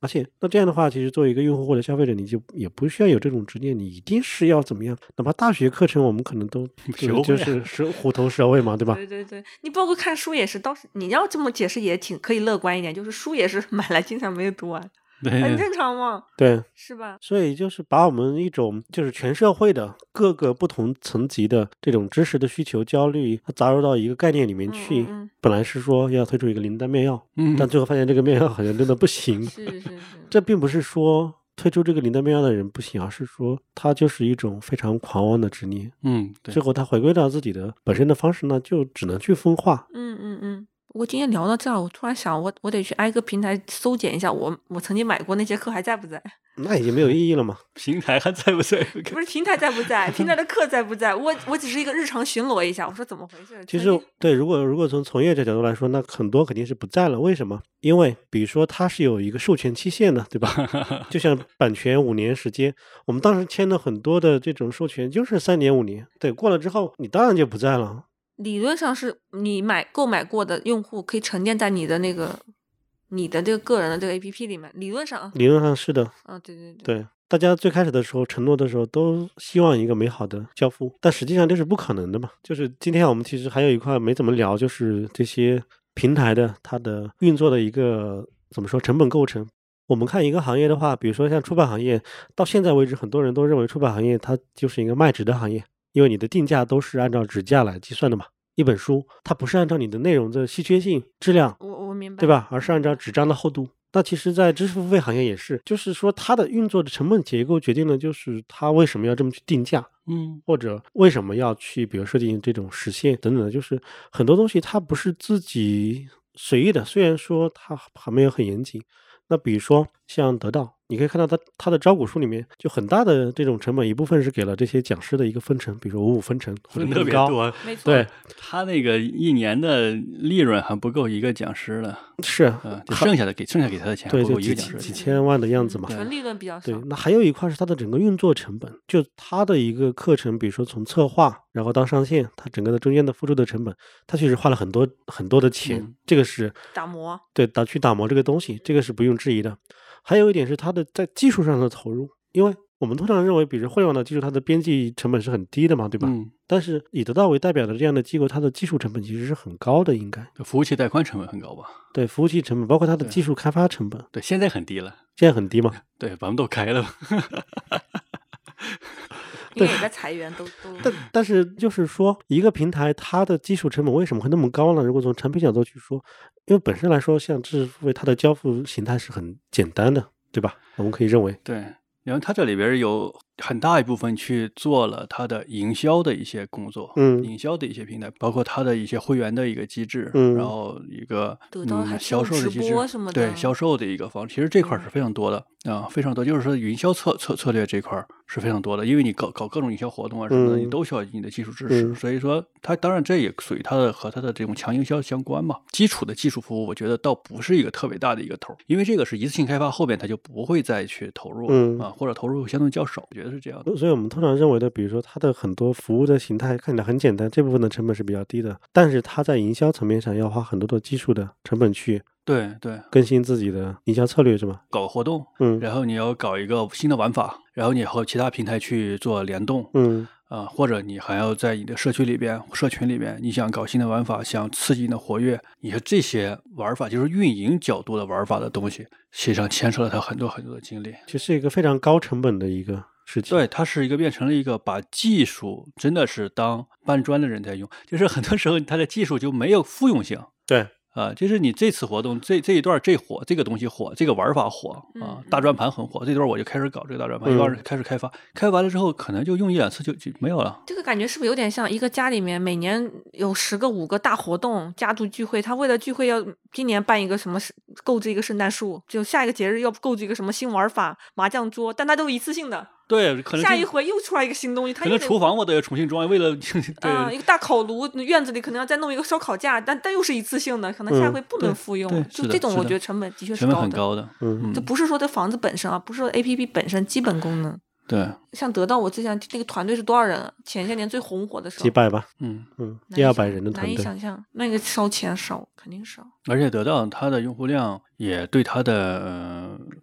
而且那这样的话，其实作为一个用户或者消费者，你就也不需要有这种执念，你一定是要怎么样？哪怕大学课程我们可能都就就是是虎头蛇尾嘛，对吧？ 对对对，你包括看书也是，倒是你要这么解释也挺可以乐观一点，就是书也是买来经常没有读完。很正常嘛， 对， 是吧？ 所以就是把我们一种就是全社会的各个不同层级的这种知识的需求焦虑，它杂糅到一个概念里面去。 嗯嗯本来是说要推出一个灵丹妙药， 嗯， 但最后发现这个妙药好像真的不行。 是是是， 这并不是说推出这个灵丹妙药的人不行，而是说他就是一种非常狂妄的执念。 嗯，对， 最后他回归到自己的本身的方式呢，就只能去分化。 嗯嗯嗯。我今天聊到这儿，我突然想，我我得去挨个平台搜检一下，我我曾经买过那些课还在不在？ 那已经没有意义了嘛？ 平台还在不在？ 不是平台在不在，平台的课在不在？我我只是一个日常巡逻一下，我说怎么回事？ 其实对，如果如果从从业者角度来说，那很多肯定是不在了。为什么？因为比如说它是有一个授权期限的，对吧？就像版权五年时间，我们当时签了很多的这种授权，就是三年五年，对，过了之后你当然就不在了。 理论上是你买购买过的用户可以沉淀在你的那个你的这个个人的这个 A P P 里面，理论上啊， 理论上是的。 啊，对对对， 对，大家最开始的时候承诺的时候都希望一个美好的交付，但实际上这是不可能的嘛。就是今天我们其实还有一块没怎么聊，就是这些平台的它的运作的一个怎么说成本构成。我们看一个行业的话，比如说像出版行业，到现在为止很多人都认为出版行业它就是一个卖纸的行业，因为你的定价都是按照纸价来计算的嘛。一本书它不是按照你的内容的稀缺性、质量， 我我明白， 对吧？而是按照纸张的厚度。那其实在知识付费行业也是，就是说它的运作的成本结构决定了就是它为什么要这么去定价， 嗯， 或者为什么要去比如设定这种时限等等的，就是很多东西它不是自己随意的，虽然说它还没有很严谨。那比如说像得到，你可以看到它它的招股书里面就很大的这种成本，一部分是给了这些讲师的一个分成，比如说五五分成或者特更高。 别多， 没错， 对， 他那个一年的利润还不够一个讲师的， 是， 嗯，就剩下的给剩下给他的钱还对， 不就几够一个讲师几千万的样子嘛。 纯利润比较少。 对，那还有一块是它的整个运作成本，就它的一个课程，比如说从策划，然后到上线，它整个的中间的付出的成本，它确实花了很多很多的钱， 嗯这个是打磨， 对打去打磨这个东西，这个是不用质疑的。还有一点是它的在技术上的投入，因为我们通常认为，比如互联网的技术，它的边际成本是很低的嘛，对吧？ 嗯， 但是以得到为代表的这样的机构，它的技术成本其实是很高的，应该服务器带宽成本很高吧？ 对服务器成本，包括它的对技术开发成本， 对，现在很低了， 现在很低嘛。 对，把门都开了。 因为也在裁员，都都。 但但是就是说，一个平台它的技术成本为什么会那么高呢？如果从产品角度去说，因为本身来说，像知识付费，它的交付形态是很简单的，对吧？我们可以认为， 对，然后它这里边有很大一部分去做了它的营销的一些工作， 嗯营销的一些平台，包括它的一些会员的一个机制， 嗯然后一个嗯得到还销售的直机制播什么， 对的销售的一个方式，其实这块儿是非常多的啊、非常多，就是说营销策策策略这块儿是非常多的，因为你搞搞各种营销活动啊什么的，你嗯都需要你的技术知识， 嗯所以说它当然这也属于它的和它的这种强营销相关嘛。基础的技术服务，我觉得倒不是一个特别大的一个头儿，因为这个是一次性开发，后边它就不会再去投入、 嗯啊，或者投入相对较少，我觉得是这样的。 所以我们通常认为的，比如说它的很多服务的形态看起来很简单，这部分的成本是比较低的，但是它在营销层面上要花很多的技术的成本去对对， 更新自己的营销策略，是吧？ 搞个活动， 嗯然后你要搞一个新的玩法，然后你和其他平台去做联动， 嗯啊、或者你还要在你的社区里边、社群里边，你想搞新的玩法，想刺激你的活跃，你说这些玩法就是运营角度的玩法的东西，实际上牵扯了他很多很多的精力。 其实是一个非常高成本的一个事情。 对，它是一个变成了一个把技术真的是当搬砖的人在用，就是很多时候它的技术就没有复用性。 对， 啊，就是你这次活动这这一段这火，这个东西火，这个玩法火啊嗯， 大转盘很火，这段我就开始搞这个大转盘， 嗯一开始开始开发，开完了之后可能就用一两次就就没有了。 这个感觉是不是有点像一个家里面每年有十个五个大活动，家族聚会，他为了聚会要今年办一个什么购置一个圣诞树，就下一个节日要购置一个什么新玩法麻将桌，但它都是一次性的。 对，可能下就一回又出来一个新东西，它可能又得厨房我都要重新装，为了对、 啊、一个大烤炉，院子里可能要再弄一个烧烤架，但但又是一次性的，可能下回不能复用。 对对就是这种， 的是的我觉得成本的确是成本高的。 很高的。 嗯这不是说这房子本身啊，不是说 A P P 本身基本功能。 对， 像得到我之前那个团队是多少人啊？前些年最红火的时候， 几百吧， 嗯， 嗯， 难以一二百想人的团队， 难以想象，那个烧钱烧肯定烧。 而且得到它的用户量也对它的呃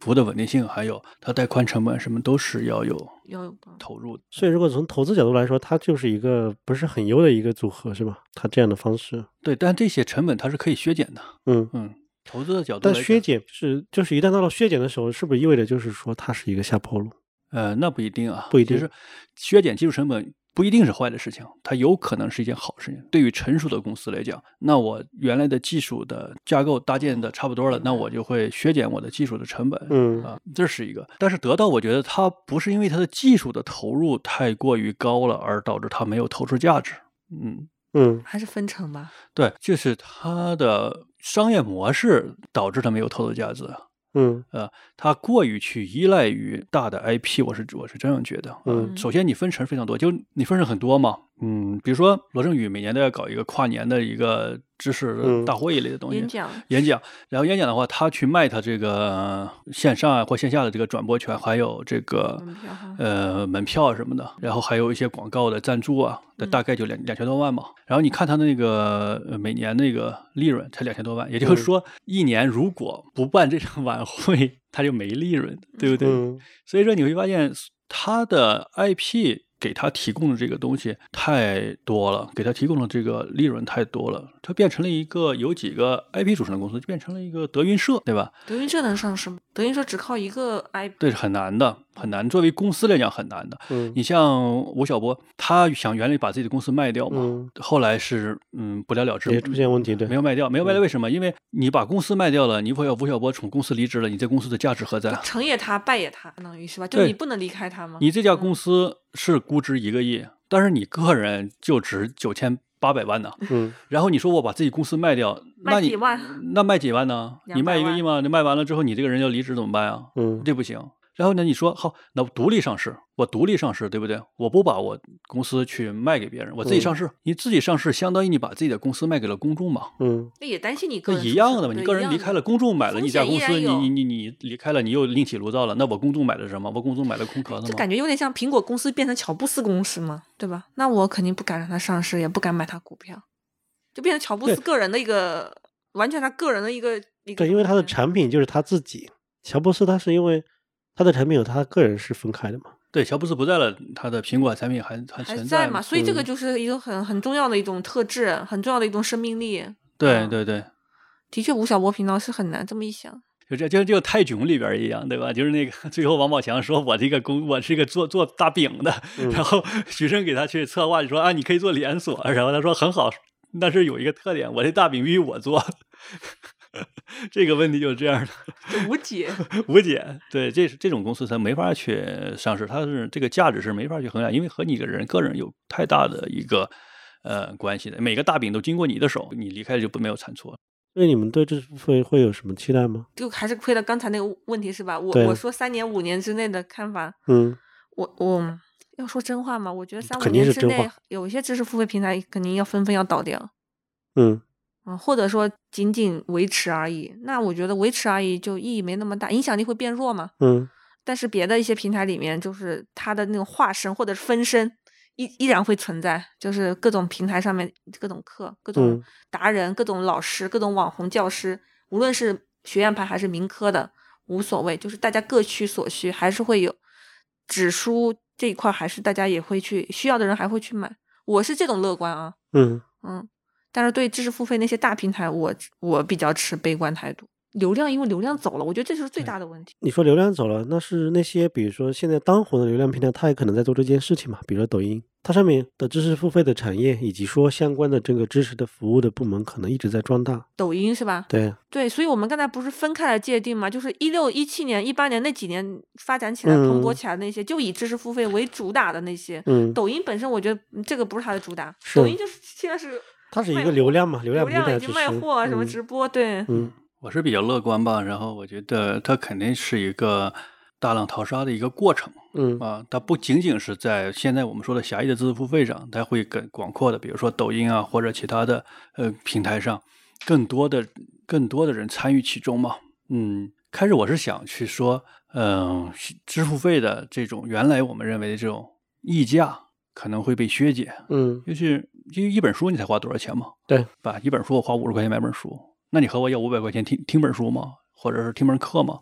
服务的稳定性，还有它带宽成本什么都是要有要有投入的。 所以如果从投资角度来说，它就是一个不是很优的一个组合，是吧？它这样的方式， 对，但这些成本它是可以削减的。 嗯嗯，投资的角度但来讲， 削减是就是一旦到了削减的时候，是不是意味着就是说它是一个下坡路？ 呃，那不一定啊， 不一定其实削减技术成本不一定是坏的事情，它有可能是一件好事情。对于成熟的公司来讲，那我原来的技术的架构搭建的差不多了，那我就会削减我的技术的成本。 嗯啊，这是一个。但是得到，我觉得它不是因为它的技术的投入太过于高了而导致它没有投出价值。嗯嗯还是分成吧。 对，就是它的商业模式导致它没有投出价值。 嗯呃，它过于去依赖于大的 I P， 我是我是这样觉得。呃、 嗯首先你分成非常多，就你分成很多嘛。嗯，比如说罗振宇每年都要搞一个跨年的一个知识大会一类的东西， 演讲演讲，然后演讲的话，他去卖他这个呃线上啊或线下的这个转播权，还有这个门票哈呃门票什么的，然后还有一些广告的赞助啊，那大概就两两千多万嘛。然后你看他那个呃每年那个利润才两千多万，也就是说一年如果不办这场晚会，他就没利润，对不对？ 嗯所以说你会发现他的 I P 给他提供的这个东西太多了，给他提供的这个利润太多了，它变成了一个有几个 I P 组成的公司，就变成了一个德云社，对吧？ 德云社能上市吗？德云社只靠一个 I P， 对，很难的，很难。作为公司来讲，很难的。 嗯你像吴晓波，他想原来把自己的公司卖掉嘛， 嗯后来是嗯不了了之， 也出现问题，对， 没有卖掉，没有卖掉，为什么？因为你把公司卖掉了，你如果要吴晓波从公司离职了，你这公司的价值何在？ 成也他，败也他，相当于是吧？就对你不能离开他吗？ 你这家公司是估值一个亿，但是你个人就值九千八百万呢。 嗯然后你说我把自己公司卖掉，那你卖几万那卖几万呢？你卖一个亿万吗？你卖完了之后，你这个人要离职怎么办啊？ 嗯这不行。然后呢，你说好，那我独立上市，我独立上市，对不对？我不把我公司去卖给别人，我自己上市。你自己上市，相当于你把自己的公司卖给了公众嘛。 嗯那也担心你个那人一样的嘛， 出事你个人离开了，公众买了一家公司，你你你你离开了，你又另起炉灶了。那我公众买的是什么？我公众买了空壳子吗？ 这感觉有点像苹果公司变成乔布斯公司嘛，对吧？那我肯定不敢让它上市，也不敢买它股票，就变成乔布斯个人的一个，完全他个人的一个一个。 对，因为他的产品就是他自己，乔布斯他是因为他的产品有他个人是分开的嘛。 对，乔布斯不在了，他的苹果产品还还还存在嘛？所以这个嗯就是一个很很重要的一种特质，很重要的一种生命力。嗯对对对， 的确，吴晓波频道是很难这么一想。 就这就就泰囧里边一样，对吧？就是那个最后王宝强说我这个公我是一个做做大饼的， 嗯然后许峥给他去策划，就说啊你可以做连锁，然后他说很好，但是有一个特点，我这大饼必须我做。这个问题就是这样的， 就无解。 无解。对，这是这种公司它没法去上市，它是这个价值是没法去衡量，因为和你个人个人有太大的一个呃关系的。每个大饼都经过你的手，你离开就不没有产出。 所以你们对知识付费会有什么期待吗？ 就还是亏了刚才那个问题是吧？我对我说三年五年之内的看法， 嗯我我要说真话吗？我觉得三五肯定年之内是真话有一些知识付费平台肯定要纷纷要倒掉。 嗯嗯，或者说仅仅维持而已，那我觉得维持而已就意义没那么大，影响力会变弱嘛。 嗯但是别的一些平台里面，就是它的那种化身或者是分身，依依然会存在，就是各种平台上面各种课、各种嗯达人、各种老师、各种网红教师，无论是学院派还是民科的，无所谓，就是大家各取所需，还是会有纸书这一块，还是大家也会去需要的人还会去买。我是这种乐观啊， 嗯嗯。但是对知识付费那些大平台，我我比较持悲观态度。流量因为流量走了，我觉得这就是最大的问题。 你说流量走了，那是那些比如说现在当红的流量平台，它也可能在做这件事情嘛。比如说抖音，它上面的知识付费的产业，以及说相关的这个知识的服务的部门，可能一直在壮大。 抖音是吧？ 对对，所以我们刚才不是分开了界定嘛？就是一六、一七年、一八年那几年发展起来、 嗯蓬勃起来的那些，就以知识付费为主打的那些。 嗯， 抖音本身，我觉得嗯这个不是它的主打。 是抖音就是现在是它是一个流量嘛，流流量平台只是量已经卖货啊，什么嗯直播，对， 嗯我是比较乐观吧，然后我觉得它肯定是一个大浪淘沙的一个过程嗯啊，它不仅仅是在现在我们说的狭义的知识付费上，它会更广阔的，比如说抖音啊或者其他的呃平台上，更多的更多的人参与其中嘛。嗯，开始我是想去说，嗯、呃，支付费的这种原来我们认为的这种溢价可能会被削减， 嗯就是因为一本书你才花多少钱嘛， 对吧？一本书我花五十块钱买本书。那你和我要五百块钱听听本书吗？或者是听门课吗？ 嗯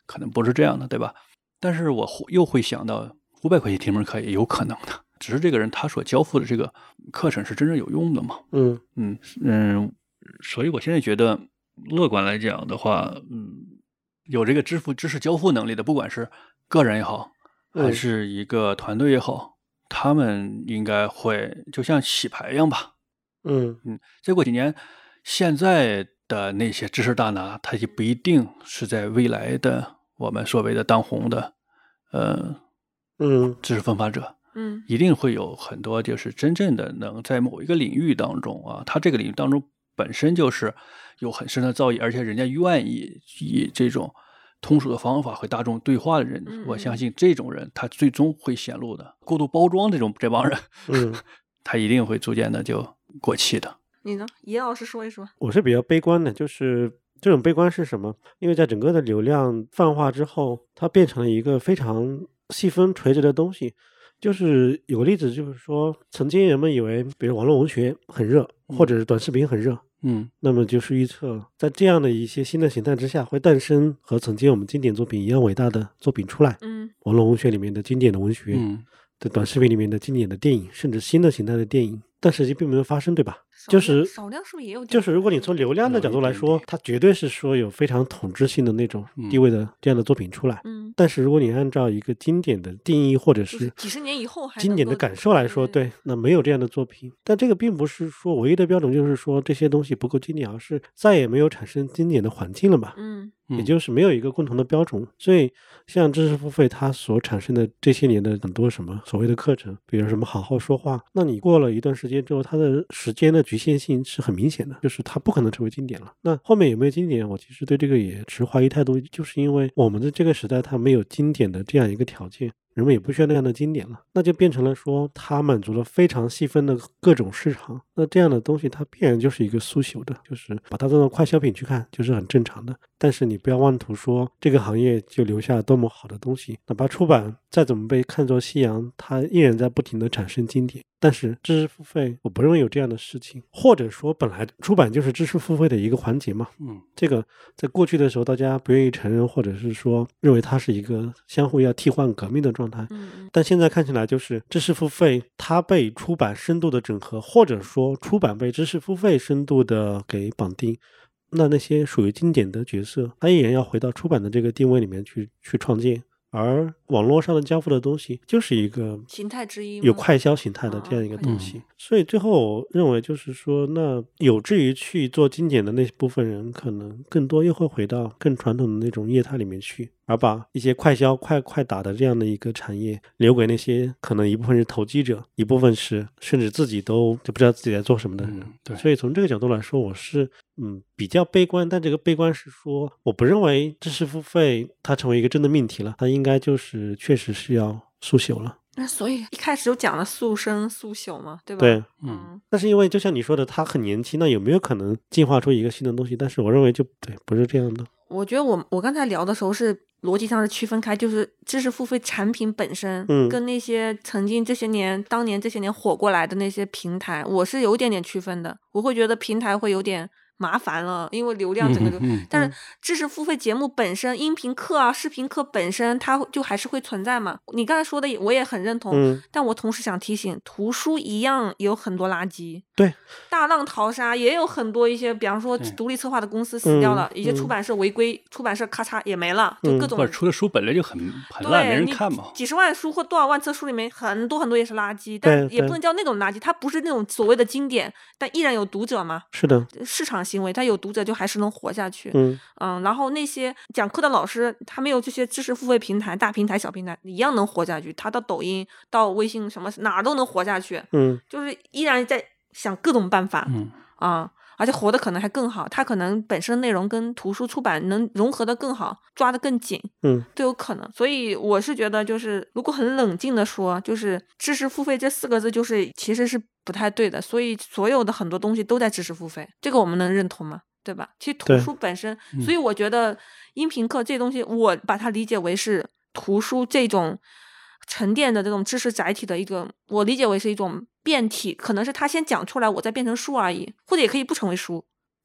可能不是这样的，对吧？但是我又会想到五百块钱听门课也有可能的，只是这个人他所交付的这个课程是真正有用的嘛？ 嗯嗯嗯，所以我现在觉得乐观来讲的话，嗯，有这个支付知识交付能力的，不管是个人也好，还是一个团队也好，嗯、他们应该会就像洗牌一样吧？ 嗯嗯，再过几年，现在的那些知识大拿，他就不一定是在未来的我们所谓的当红的，呃， 嗯， 知识分发者， 嗯， 一定会有很多就是真正的能在某一个领域当中啊，他这个领域当中本身就是有很深的造诣，而且人家愿意以这种通俗的方法和大众对话的人， 嗯、 我相信这种人他最终会显露的。过度包装这种这帮人， 嗯， 他一定会逐渐的就过气的。 你呢？叶老师说一说。 我是比较悲观的，就是这种悲观是什么？因为在整个的流量泛化之后，它变成了一个非常细分垂直的东西。就是有个例子，就是说，曾经人们以为，比如网络文学很热，或者是短视频很热， 嗯， 那么就是预测，在这样的一些新的形态之下，会诞生和曾经我们经典作品一样伟大的作品出来。 嗯， 网络文学里面的经典的文学， 嗯， 在短视频里面的经典的电影，甚至新的形态的电影。但实际并没有发生，对吧？就是少量是不是也有？ 就是如果你从流量的角度来说，它绝对是说有非常统治性的那种地位的这样的作品出来。 嗯， 但是如果你按照一个经典的定义或者是几十年以后经典的感受来说，对，那没有这样的作品。但这个并不是说唯一的标准，就是说这些东西不够经典，而是再也没有产生经典的环境了嘛。 嗯， 也就是没有一个共同的标准。所以像知识付费它所产生的这些年的很多什么所谓的课程，比如什么好好说话，那你过了一段时间之后，它的时间的局限性是很明显的，就是它不可能成为经典了。那后面有没有经典，我其实对这个也持怀疑态度，就是因为我们的这个时代它没有经典的这样一个条件，人们也不需要那样的经典了，那就变成了说它满足了非常细分的各种市场。那这样的东西它必然就是一个速朽的，就是把它当做快消品去看，就是很正常的。但是你不要妄图说这个行业就留下多么好的东西，哪怕出版再怎么被看作夕阳，它依然在不停的产生经典。但是知识付费我不认为有这样的事情，或者说本来出版就是知识付费的一个环节嘛。 嗯， 这个在过去的时候大家不愿意承认，或者是说认为它是一个相互要替换革命的状态。 嗯， 但现在看起来就是知识付费它被出版深度的整合，或者说出版被知识付费深度的给绑定，那那些属于经典的角色它依然要回到出版的这个定位里面去去创建。而网络上的交付的东西就是一个形态之一， 有快消形态的这样一个东西。所以最后我认为就是说，那有志于去做经典的那部分人，可能更多又会回到更传统的那种业态里面去，而把一些快消快快打的这样的一个产业留给那些可能一部分是投机者，一部分是甚至自己都就不知道自己在做什么的人。 嗯，对。 所以从这个角度来说，我是嗯比较悲观，但这个悲观是说，我不认为知识付费它成为一个真的命题了，它应该就是确实是要速朽了。 那所以一开始就讲了速生速朽嘛，对吧？ 对， 嗯。 但是因为就像你说的，它很年轻，那有没有可能进化出一个新的东西？但是我认为就对，不是这样的。 我觉得我我刚才聊的时候是逻辑上是区分开，就是知识付费产品本身， 嗯， 跟那些曾经这些年当年这些年火过来的那些平台，我是有一点点区分的。我会觉得平台会有点麻烦了，因为流量整个就、 嗯嗯、 但是知识付费节目本身，音频课啊视频课本身它就还是会存在嘛。你刚才说的我也很认同、 嗯、 但我同时想提醒，图书一样有很多垃圾。 对， 大浪淘沙也有很多一些，比方说独立策划的公司死掉了、嗯、一些出版社违规、嗯、出版社咔嚓也没了、嗯、就各种或者出的书本来就很很烂，没人看嘛。 几十万书或多少万册书里面很多很多也是垃圾，但也不能叫那种垃圾，它不是那种所谓的经典，但依然有读者嘛。 是的， 市场行为它有读者就还是能活下去。 嗯嗯，然后那些讲课的老师他没有这些知识付费平台，大平台小平台一样能活下去，他到抖音到微信什么哪儿都能活下去。 嗯， 就是依然在想各种办法。 嗯啊，而且活得可能还更好，他可能本身内容跟图书出版能融合得更好，抓得更紧， 嗯， 都有可能。所以我是觉得，就是如果很冷静的说，就是知识付费这四个字就是其实是不太对的。所以所有的很多东西都在知识付费，这个我们能认同吗？对吧？其实图书本身，所以我觉得音频课这东西，我把它理解为是图书这种沉淀的这种知识载体的一个，我理解为是一种变体，可能是他先讲出来，我再变成书而已，或者也可以不成为书。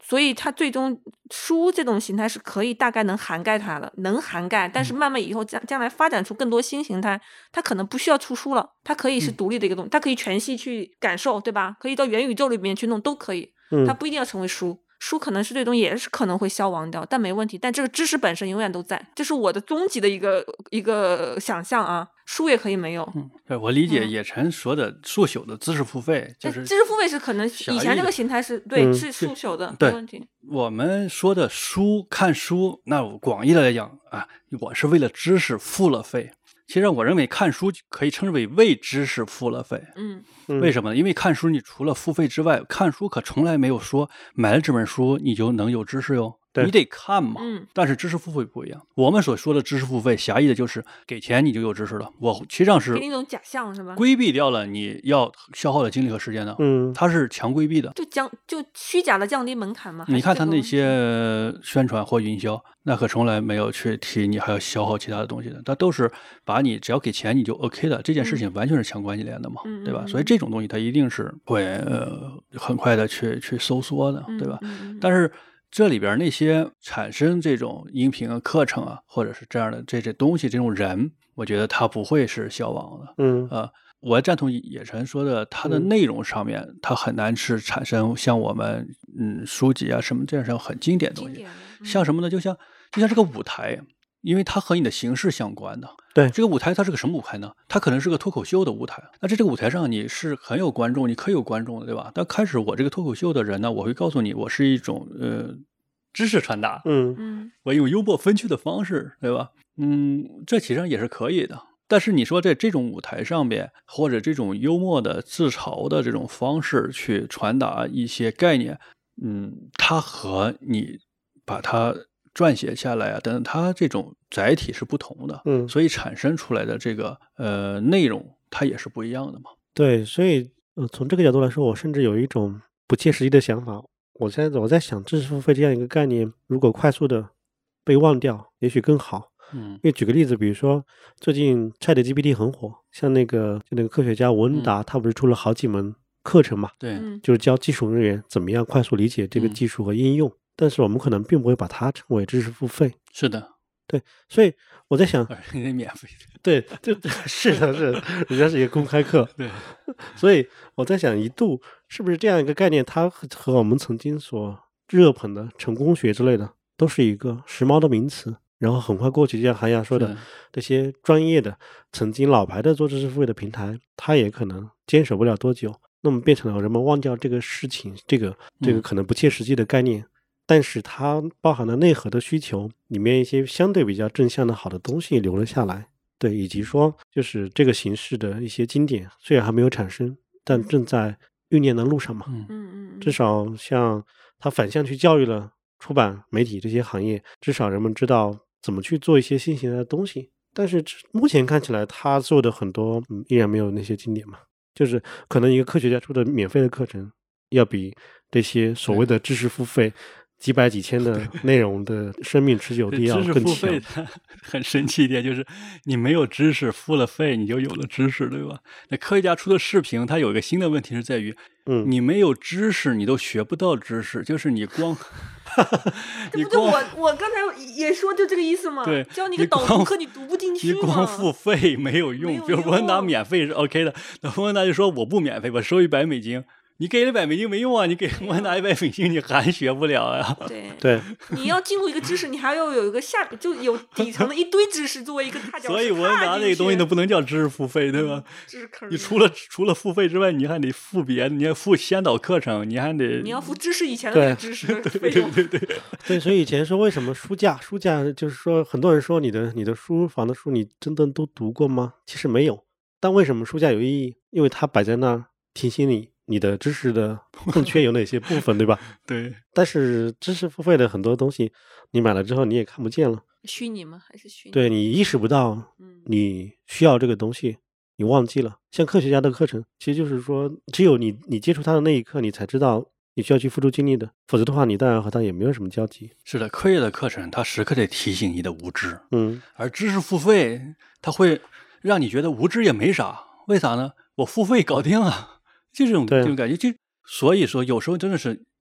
所以它最终书这种形态是可以大概能涵盖它的，能涵盖，但是慢慢以后将将来发展出更多新形态，它可能不需要出书了，它可以是独立的一个东西，它可以全息去感受，对吧？可以到元宇宙里面去弄都可以，它不一定要成为书。书可能是最终也是可能会消亡掉，但没问题。但这个知识本身永远都在，这是我的终极的一个一个想象啊。书也可以没有。 嗯，对，我理解野晨说的速朽的知识付费，就是知识付费是可能以前这个形态是对、嗯、是速朽的，没问题。 我们说的书看书，那广义的来讲啊，我是为了知识付了费。其实我认为看书可以称之为为知识付了费。 嗯， 为什么呢？因为看书你除了付费之外，看书可从来没有说买了这本书你就能有知识哟。你得看嘛。 嗯， 但是知识付费不一样。我们所说的知识付费，狭义的就是给钱你就有知识了。我实际上是给你一种假象，是吧？ 规避掉了你要消耗的精力和时间的。 嗯， 它是强规避的， 就降就虚假的降低门槛嘛。 你看他那些宣传或营销，那可从来没有去提你还要消耗其他的东西的，它都是把你只要给钱你就 OK 的，这件事情完全是强关系链的嘛， 嗯、 对吧？所以这种东西它一定是会呃很快的去去收缩的，对吧？ 嗯嗯、 但是这里边那些产生这种音频啊、课程啊，或者是这样的这些东西，这种人，我觉得他不会是消亡的。 嗯啊、呃，我赞同野晨说的，它的内容上面，它很难是产生像我们嗯书籍啊什么这样很经典的东西。 嗯、 像什么呢？就像就像这个舞台，因为它和你的形式相关的。 对， 这个舞台它是个什么舞台呢？它可能是个脱口秀的舞台。那在这个舞台上你是很有观众，你可以有观众的，对吧？但开始我这个脱口秀的人呢，我会告诉你，我是一种呃知识传达， 嗯嗯， 我用幽默风趣的方式，对吧？嗯，这其实上也是可以的。但是你说在这种舞台上面，或者这种幽默的自嘲的这种方式去传达一些概念，嗯，它和你把它撰写下来啊，等等，它这种载体是不同的， 嗯， 所以产生出来的这个呃内容，它也是不一样的嘛。 对，所以呃，从这个角度来说，我甚至有一种不切实际的想法。我现在我在想，知识付费这样一个概念，如果快速的被忘掉，也许更好。 嗯， 因为举个例子，比如说最近 ChatGPT 很火，像那个就那个科学家文达，嗯、他不是出了好几门课程嘛？ 对， 就是教技术人员怎么样快速理解这个技术和应用。嗯、但是我们可能并不会把它称为知识付费。 是的， 对，所以我在想， 人免费的， 对，这是的，是的，人家是一个公开课。 对， 所以我在想，一度是不是这样一个概念，它和我们曾经所热捧的成功学之类的，都是一个时髦的名词。然后很快过去，就像韩亚说的，这些专业的、曾经老牌的做知识付费的平台，它也可能坚守不了多久。那么变成了人们忘掉这个事情，这个这个可能不切实际的概念，嗯、但是它包含了内核的需求，里面一些相对比较正向的好的东西留了下来。对，以及说就是这个形式的一些经典，虽然还没有产生，但正在酝酿的路上嘛。 嗯嗯， 至少像它反向去教育了出版媒体这些行业，至少人们知道怎么去做一些新型的东西。但是目前看起来他做的很多、嗯、依然没有那些经典嘛，就是可能一个科学家出的免费的课程要比这些所谓的知识付费几百几千的内容的生命持久力要更强。 知识付费它很神奇一点，就是你没有知识，付了费你就有了知识，对吧？那科学家出的视频，它有一个新的问题是在于， 嗯， 你没有知识，你都学不到知识，就是你光， 这不就我我刚才也说就这个意思吗？ 对， 教你个导读课你读不进去， 你光付费没有用。比如我拿免费是 OK 的，那我拿就说我不免费，我收一百美金。你给了一百美金没用啊！你给我拿一百美金，你还学不了呀。 对对， 你要进入一个知识，你还要有一个下，就有底层的一堆知识作为一个踏脚石。 所以我拿那个东西都不能叫知识付费，对吧？ 知识坑。 你除了除了付费之外，你还得付别的，你还付先导课程，你还得你要付知识以前的那个知识费用。 对对对对对，所以以前说为什么书架书架就是说很多人说你的你的书房的书你真的都读过吗？其实没有。但为什么书架有意义？因为它摆在那儿提醒你。你的知识的空缺有哪些部分，对吧？ 对。 但是知识付费的很多东西，你买了之后你也看不见了。 虚拟吗？还是虚拟？ 对，你意识不到，你需要这个东西，你忘记了。像科学家的课程，其实就是说，只有你你接触它的那一刻，你才知道你需要去付出精力的，否则的话，你当然和它也没有什么交集。 是的，科学的课程，它时刻得提醒你的无知。 嗯。 而知识付费，它会让你觉得无知也没啥，为啥呢？我付费搞定了。这种这种感觉，就所以说有时候真的是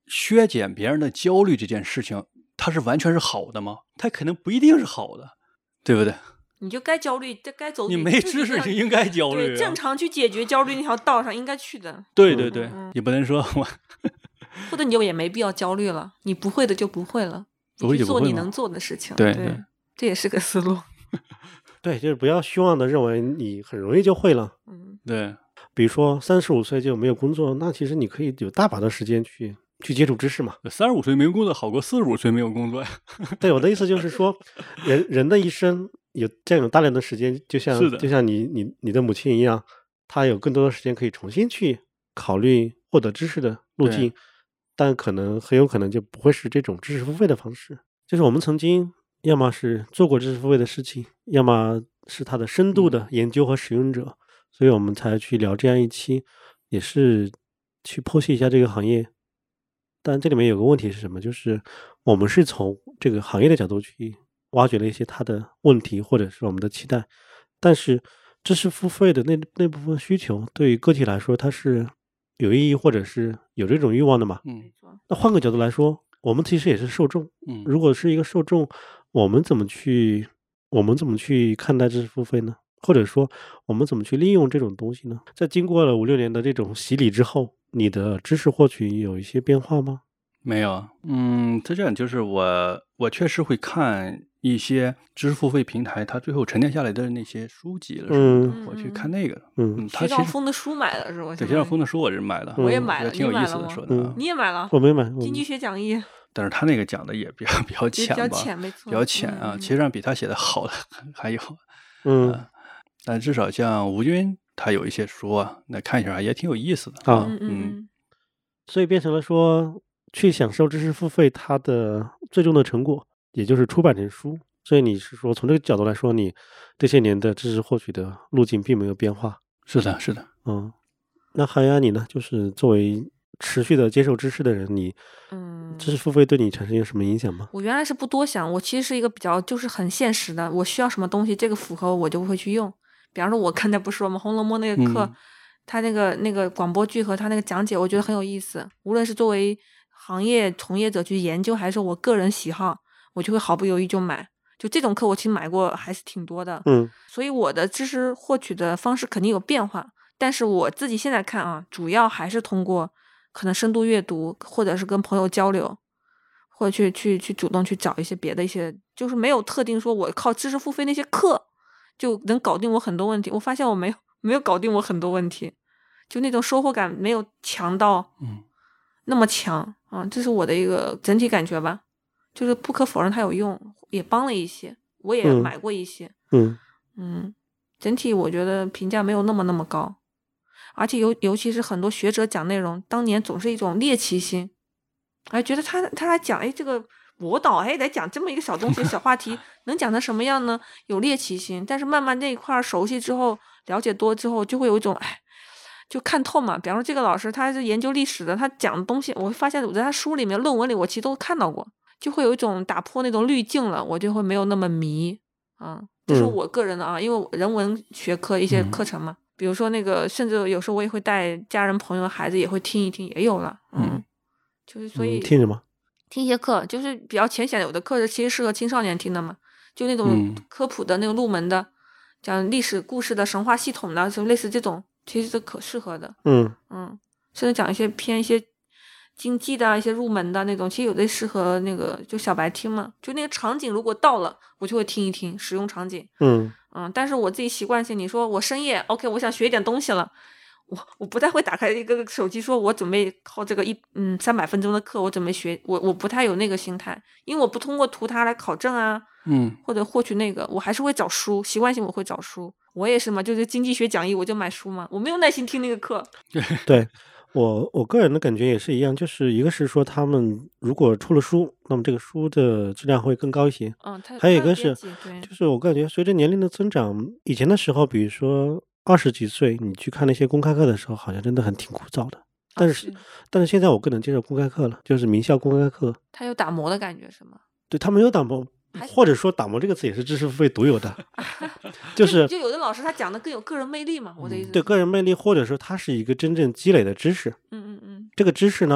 削减别人的焦虑这件事情，它是完全是好的吗？它可能不一定是好的，对不对？ 你就该焦虑，这该走。 你没知识就应该焦虑、啊， 对，正常去解决焦虑那条道上应该去的。 对对对， 嗯、 你不能说我， 或者你就也没必要焦虑了，你不会的就不会了， 不会就不会做你能做的事情。 对对, 对， 这也是个思路。 对，就是不要虚妄的认为你很容易就会了。 嗯， 对。 比如说三十五岁就没有工作，那其实你可以有大把的时间去去接触知识嘛。 三十五岁没有工作好过四十五岁没有工作呀。 对，我的意思就是说，人人的一生有这样有大量的时间，就像就像你你你的母亲一样，她有更多的时间可以重新去考虑获得知识的路径，但可能很有可能就不会是这种知识付费的方式。就是我们曾经要么是做过知识付费的事情，要么是它的深度的研究和使用者。嗯，所以我们才去聊这样一期，也是去剖析一下这个行业。但这里面有个问题是什么？就是我们是从这个行业的角度去挖掘了一些它的问题，或者是我们的期待。但是知识付费的那那部分需求，对于个体来说，它是有意义或者是有这种欲望的嘛？ 嗯。 那换个角度来说，我们其实也是受众。 嗯。 如果是一个受众，我们怎么去我们怎么去看待知识付费呢？或者说我们怎么去利用这种东西呢？在经过了五六年的这种洗礼之后，你的知识获取有一些变化吗？ 没有。嗯，是这样，就是我我确实会看一些知识付费平台它最后沉淀下来的那些书籍了什么的， 嗯、 我去看那个。 嗯， 徐兆峰的书买了是吧？ 对，徐兆峰的书我是买了， 我也买了， 挺有意思的说的、 嗯。 你也买了？ 我没买。 经济学讲义。 但是他那个讲的也比较比较浅吧， 比较浅，没错， 比较浅啊。 嗯、 其实上比他写的好的还有。 嗯。 呃但至少像吴军他有一些书啊，那看起来也挺有意思的啊。 嗯嗯。 所以变成了说，去享受知识付费，它的最终的成果，也就是出版成书。所以你是说，从这个角度来说，你这些年的知识获取的路径并没有变化？ 是的，是的。 嗯，那韩亚你呢？就是作为持续的接受知识的人，你嗯， 知识付费对你产生有什么影响吗？ 我原来是不多想，我其实是一个比较就是很现实的，我需要什么东西，这个符合我就会去用。比方说，我刚才不是说吗？《红楼梦》那个课， 嗯、 他那个那个广播剧和他那个讲解，我觉得很有意思。无论是作为行业从业者去研究，还是我个人喜好，我就会毫不犹豫就买。就这种课，我其实买过还是挺多的。 嗯， 所以我的知识获取的方式肯定有变化，但是我自己现在看啊，主要还是通过可能深度阅读，或者是跟朋友交流，或者去去去主动去找一些别的一些，就是没有特定说我靠知识付费那些课就能搞定我很多问题。我发现我没有没有搞定我很多问题，就那种收获感没有强到嗯那么强啊，这是我的一个整体感觉吧。就是不可否认它有用，也帮了一些，我也买过一些。 嗯嗯, 嗯，整体我觉得评价没有那么那么高，而且尤尤其是很多学者讲内容，当年总是一种猎奇心，哎，觉得他他来讲，哎，这个博导哎来讲这么一个小东西小话题，能讲成什么样呢？有猎奇心，但是慢慢这一块熟悉之后，了解多之后，就会有一种哎，就看透嘛。比方说这个老师他是研究历史的，他讲的东西，我会发现我在他书里面、论文里，我其实都看到过，就会有一种打破那种滤镜了，我就会没有那么迷啊。这是我个人的啊，因为人文学科一些课程嘛，比如说那个，甚至有时候我也会带家人、朋友、孩子也会听一听，也有了，嗯，就是所以、 嗯、听什么？ 听一些课，就是比较浅显的，有的课是其实适合青少年听的嘛，就那种科普的那种入门的，讲历史故事的、神话系统的，就类似这种，其实是可适合的， 嗯嗯，甚至讲一些偏一些经济的一些入门的那种，其实有的适合那个就小白听嘛，就那个场景如果到了，我就会听一听使用场景， 嗯嗯，但是我自己习惯性，你说我深夜 OK， 我想学一点东西了，我我不太会打开一个手机说我准备靠这个一嗯三百分钟的课我准备学，我我不太有那个心态，因为我不通过图它来考证啊， 嗯， 或者获取那个，我还是会找书，习惯性我会找书，我也是嘛，就是经济学讲义我就买书嘛，我没有耐心听那个课。 对。我我个人的感觉也是一样，就是一个是说他们如果出了书，那么这个书的质量会更高一些。 嗯，它还有一个是， 对， 就是我感觉随着年龄的增长，以前的时候，比如说二十几岁，你去看那些公开课的时候，好像真的很挺枯燥的。但是， 哦、是但是现在我更能接受公开课了，就是名校公开课。 它有打磨的感觉是吗？ 对，它没有打磨。或者说打磨这个词也是知识付费独有的，就是就有的老师他讲的更有个人魅力嘛，我的意思。 对个人魅力，或者说他是一个真正积累的知识。 嗯嗯嗯。 这个知识呢，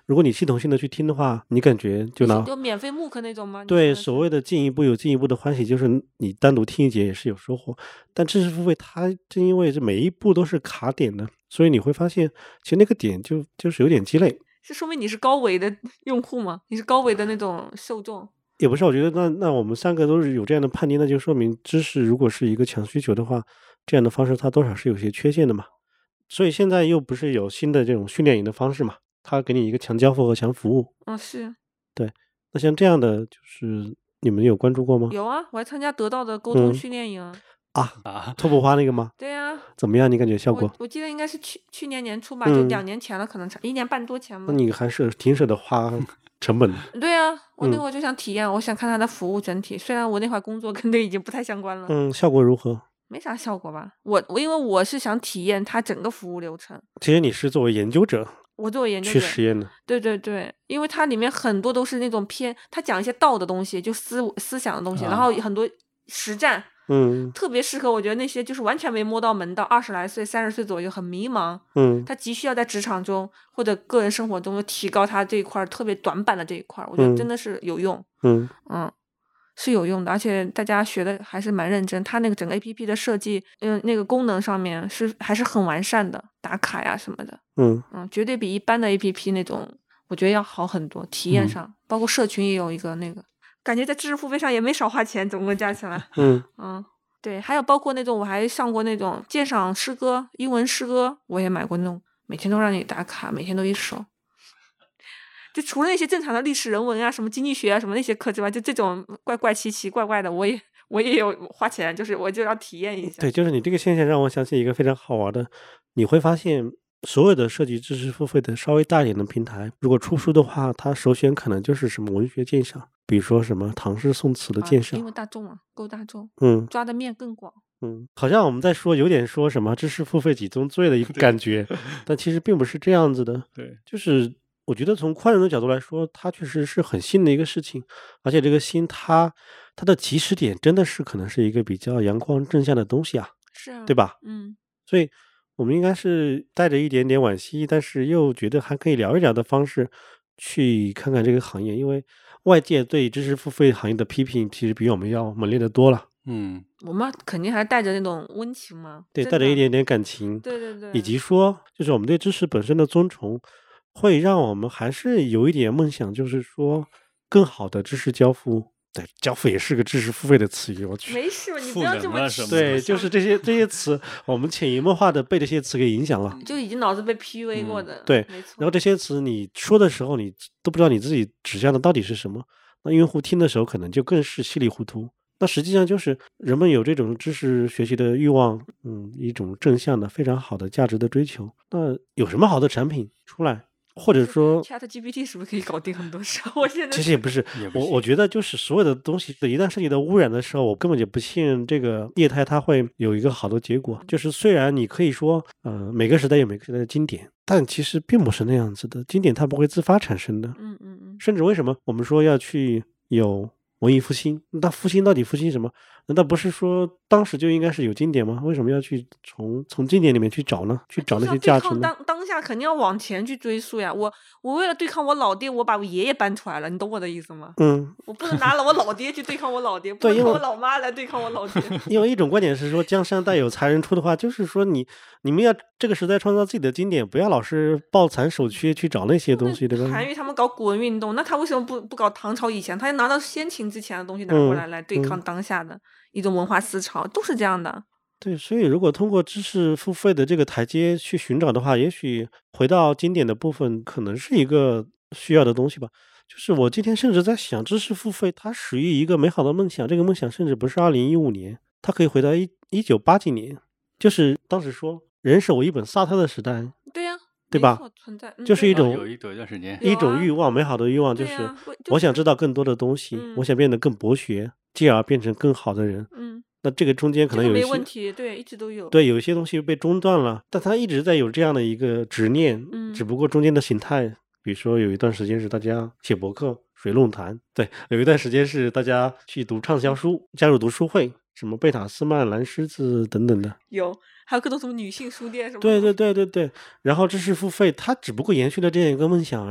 如果你系统性的去听的话，你感觉就拿就免费慕课那种吗？ 对，所谓的进一步有进一步的欢喜，就是你单独听一节也是有收获。但知识付费它正因为这每一步都是卡点的，所以你会发现其实那个点就就是有点鸡肋。 是说明你是高维的用户吗？你是高维的那种受众？ 也不是，我觉得那那我们三个都是有这样的判定，那就说明知识如果是一个强需求的话，这样的方式它多少是有些缺陷的嘛。所以现在又不是有新的这种训练营的方式嘛，它给你一个强交付和强服务。 嗯，是。 对，那像这样的就是你们有关注过吗？ 有啊，我还参加得到的沟通嗯训练营。 啊啊，拓扑花那个吗？ 对呀、啊。 怎么样？你感觉效果？ 我, 我记得应该是去去年年初吧， 嗯、 就两年前了，可能差一年半多前吧。 那你还是挺舍得花成本的。 对啊，我那会儿就想体验、嗯，我想看它的服务整体。虽然我那会儿工作跟这已经不太相关了。 嗯，效果如何？ 没啥效果吧。我我因为我是想体验它整个服务流程。 其实你是作为研究者。 我作为研究者去实验的。 对对对，因为它里面很多都是那种偏，它讲一些道的东西，就思思想的东西，啊、然后很多实战。 嗯， 特别适合我觉得那些就是完全没摸到门道，二十来岁、三十岁左右很迷茫， 嗯， 他急需要在职场中或者个人生活中提高他这一块特别短板的这一块，我觉得真的是有用， 嗯嗯，是有用的，而且大家学的还是蛮认真，他那个整个 A P P 的设计，嗯，那个功能上面是还是很完善的，打卡呀什么的， 嗯嗯，绝对比一般的 A P P 那种我觉得要好很多，体验上，嗯、包括社群也有一个那个，感觉在知识付费上也没少花钱，总共加起来， 嗯嗯。对，还有包括那种我还上过那种鉴赏诗歌、英文诗歌，我也买过那种，每天都让你打卡，每天都一首。就除了那些正常的历史人文啊、什么经济学啊、什么那些课之外，就这种怪怪奇奇怪怪的，我也我也有花钱，就是我就要体验一下。 对，就是你这个现象让我想起一个非常好玩的，你会发现所有的涉及知识付费的稍微大一点的平台，如果出书的话，它首选可能就是什么文学鉴赏。比如说什么唐诗宋词的鉴赏、 啊，因为大众啊，够大众， 嗯， 抓的面更广， 嗯，好像我们在说有点说什么知识付费几宗罪的一个感觉，但其实并不是这样子的。 对， 就是我觉得从宽容的角度来说，它确实是很新的一个事情，而且这个新它它的起始点真的是可能是一个比较阳光正向的东西啊， 是啊， 对吧？ 嗯， 所以我们应该是带着一点点惋惜，但是又觉得还可以聊一聊的方式去看看这个行业，因为外界对知识付费行业的批评其实比我们要猛烈的多了。 嗯， 我们肯定还是带着那种温情嘛， 对，带着一点点感情， 对对对， 以及说就是我们对知识本身的尊崇，会让我们还是有一点梦想，就是说更好的知识交付。对，交付也是个知识付费的词语，我去。 没事，你不要这么什么对，就是这些这些词，我们潜移默化的被这些词给影响了， 就已经脑子被 P U A 过的。 嗯、对， 没错。 然后这些词你说的时候，你都不知道你自己指向的到底是什么，那用户听的时候可能就更是稀里糊涂。那实际上就是人们有这种知识学习的欲望，嗯，一种正向的、非常好的价值的追求。那有什么好的产品出来？或者说 Chat G P T 是不是可以搞定很多事？我现在其实也不是，我我觉得就是所有的东西一旦涉及到污染的时候，我根本就不信任这个业态它会有一个好的结果。就是虽然你可以说，呃，每个时代有每个时代的经典，但其实并不是那样子的。经典它不会自发产生的， 嗯嗯嗯。 甚至为什么我们说要去有文艺复兴？那复兴到底复兴什么？难道不是说当时就应该是有经典吗？为什么要去从从经典里面去找呢？去找那些价值呢？ 当当下肯定要往前去追溯呀！我我为了对抗我老爹，我把我爷爷搬出来了，你懂我的意思吗？ 嗯， 我不能拿了我老爹去对抗我老爹，不能拿我老妈来对抗我老爹。 因为一种观点是说，江山代有才人出的话，就是说你你们要这个时代创造自己的经典，不要老是抱残守缺去找那些东西，对吧？ 韩愈他们搞古文运动，那他为什么不不搞唐朝以前？他要拿到先秦之前的东西拿过来、嗯、来对抗当下的。嗯一种文化思潮都是这样的。 对，所以如果通过知识付费的这个台阶去寻找的话，也许回到经典的部分可能是一个需要的东西吧。就是我今天甚至在想，知识付费它属于一个美好的梦想，这个梦想甚至不是二零一五年，它可以回到一一九八几年，就是当时说人手一本萨特的时代。 对呀、啊， 对吧？ 存在、嗯、 就是一种、 啊、有一段时间一种欲望，美好的欲望，就是、 啊、 我想知道更多的东西、 嗯， 我想变得更博学。继而变成更好的人， 嗯， 那这个中间可能有一些、 这个、没问题，对，一直都有， 对，有一些东西被中断了，但他一直在有这样的一个执念， 嗯， 只不过中间的形态，比如说有一段时间是大家写博客、水论坛，对，有一段时间是大家去读畅销书，加入读书会，什么贝塔斯曼、蓝狮子等等的， 有，还有各种什么女性书店什么， 对对对对对，然后知识付费，它只不过延续了这样一个梦想而已。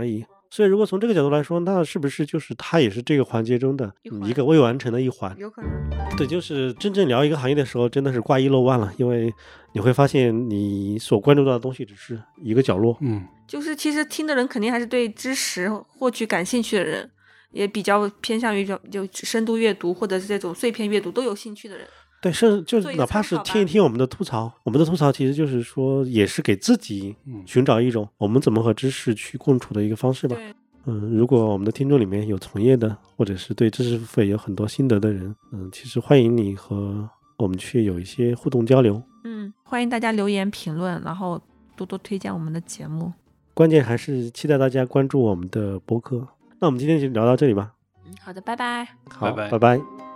所以如果从这个角度来说，那是不是就是它也是这个环节中的一环一个未完成的一环？ 有可能。 对，就是真正聊一个行业的时候，真的是挂一漏万了，因为你会发现你所关注到的东西只是一个角落。 嗯， 就是其实听的人肯定还是对知识获取感兴趣的人，也比较偏向于就就深度阅读或者是这种碎片阅读都有兴趣的人。 对，甚至就做一个哪怕是参考吧听一听我们的吐槽，我们的吐槽其实就是说，也是给自己嗯寻找一种我们怎么和知识去共处的一个方式吧。 对， 嗯，如果我们的听众里面有从业的，或者是对知识付费有很多心得的人，嗯，其实欢迎你和我们去有一些互动交流。 嗯，欢迎大家留言评论，然后多多推荐我们的节目。 关键还是期待大家关注我们的博客。那我们今天就聊到这里吧。 嗯，好的，拜拜。 好， 拜拜拜拜。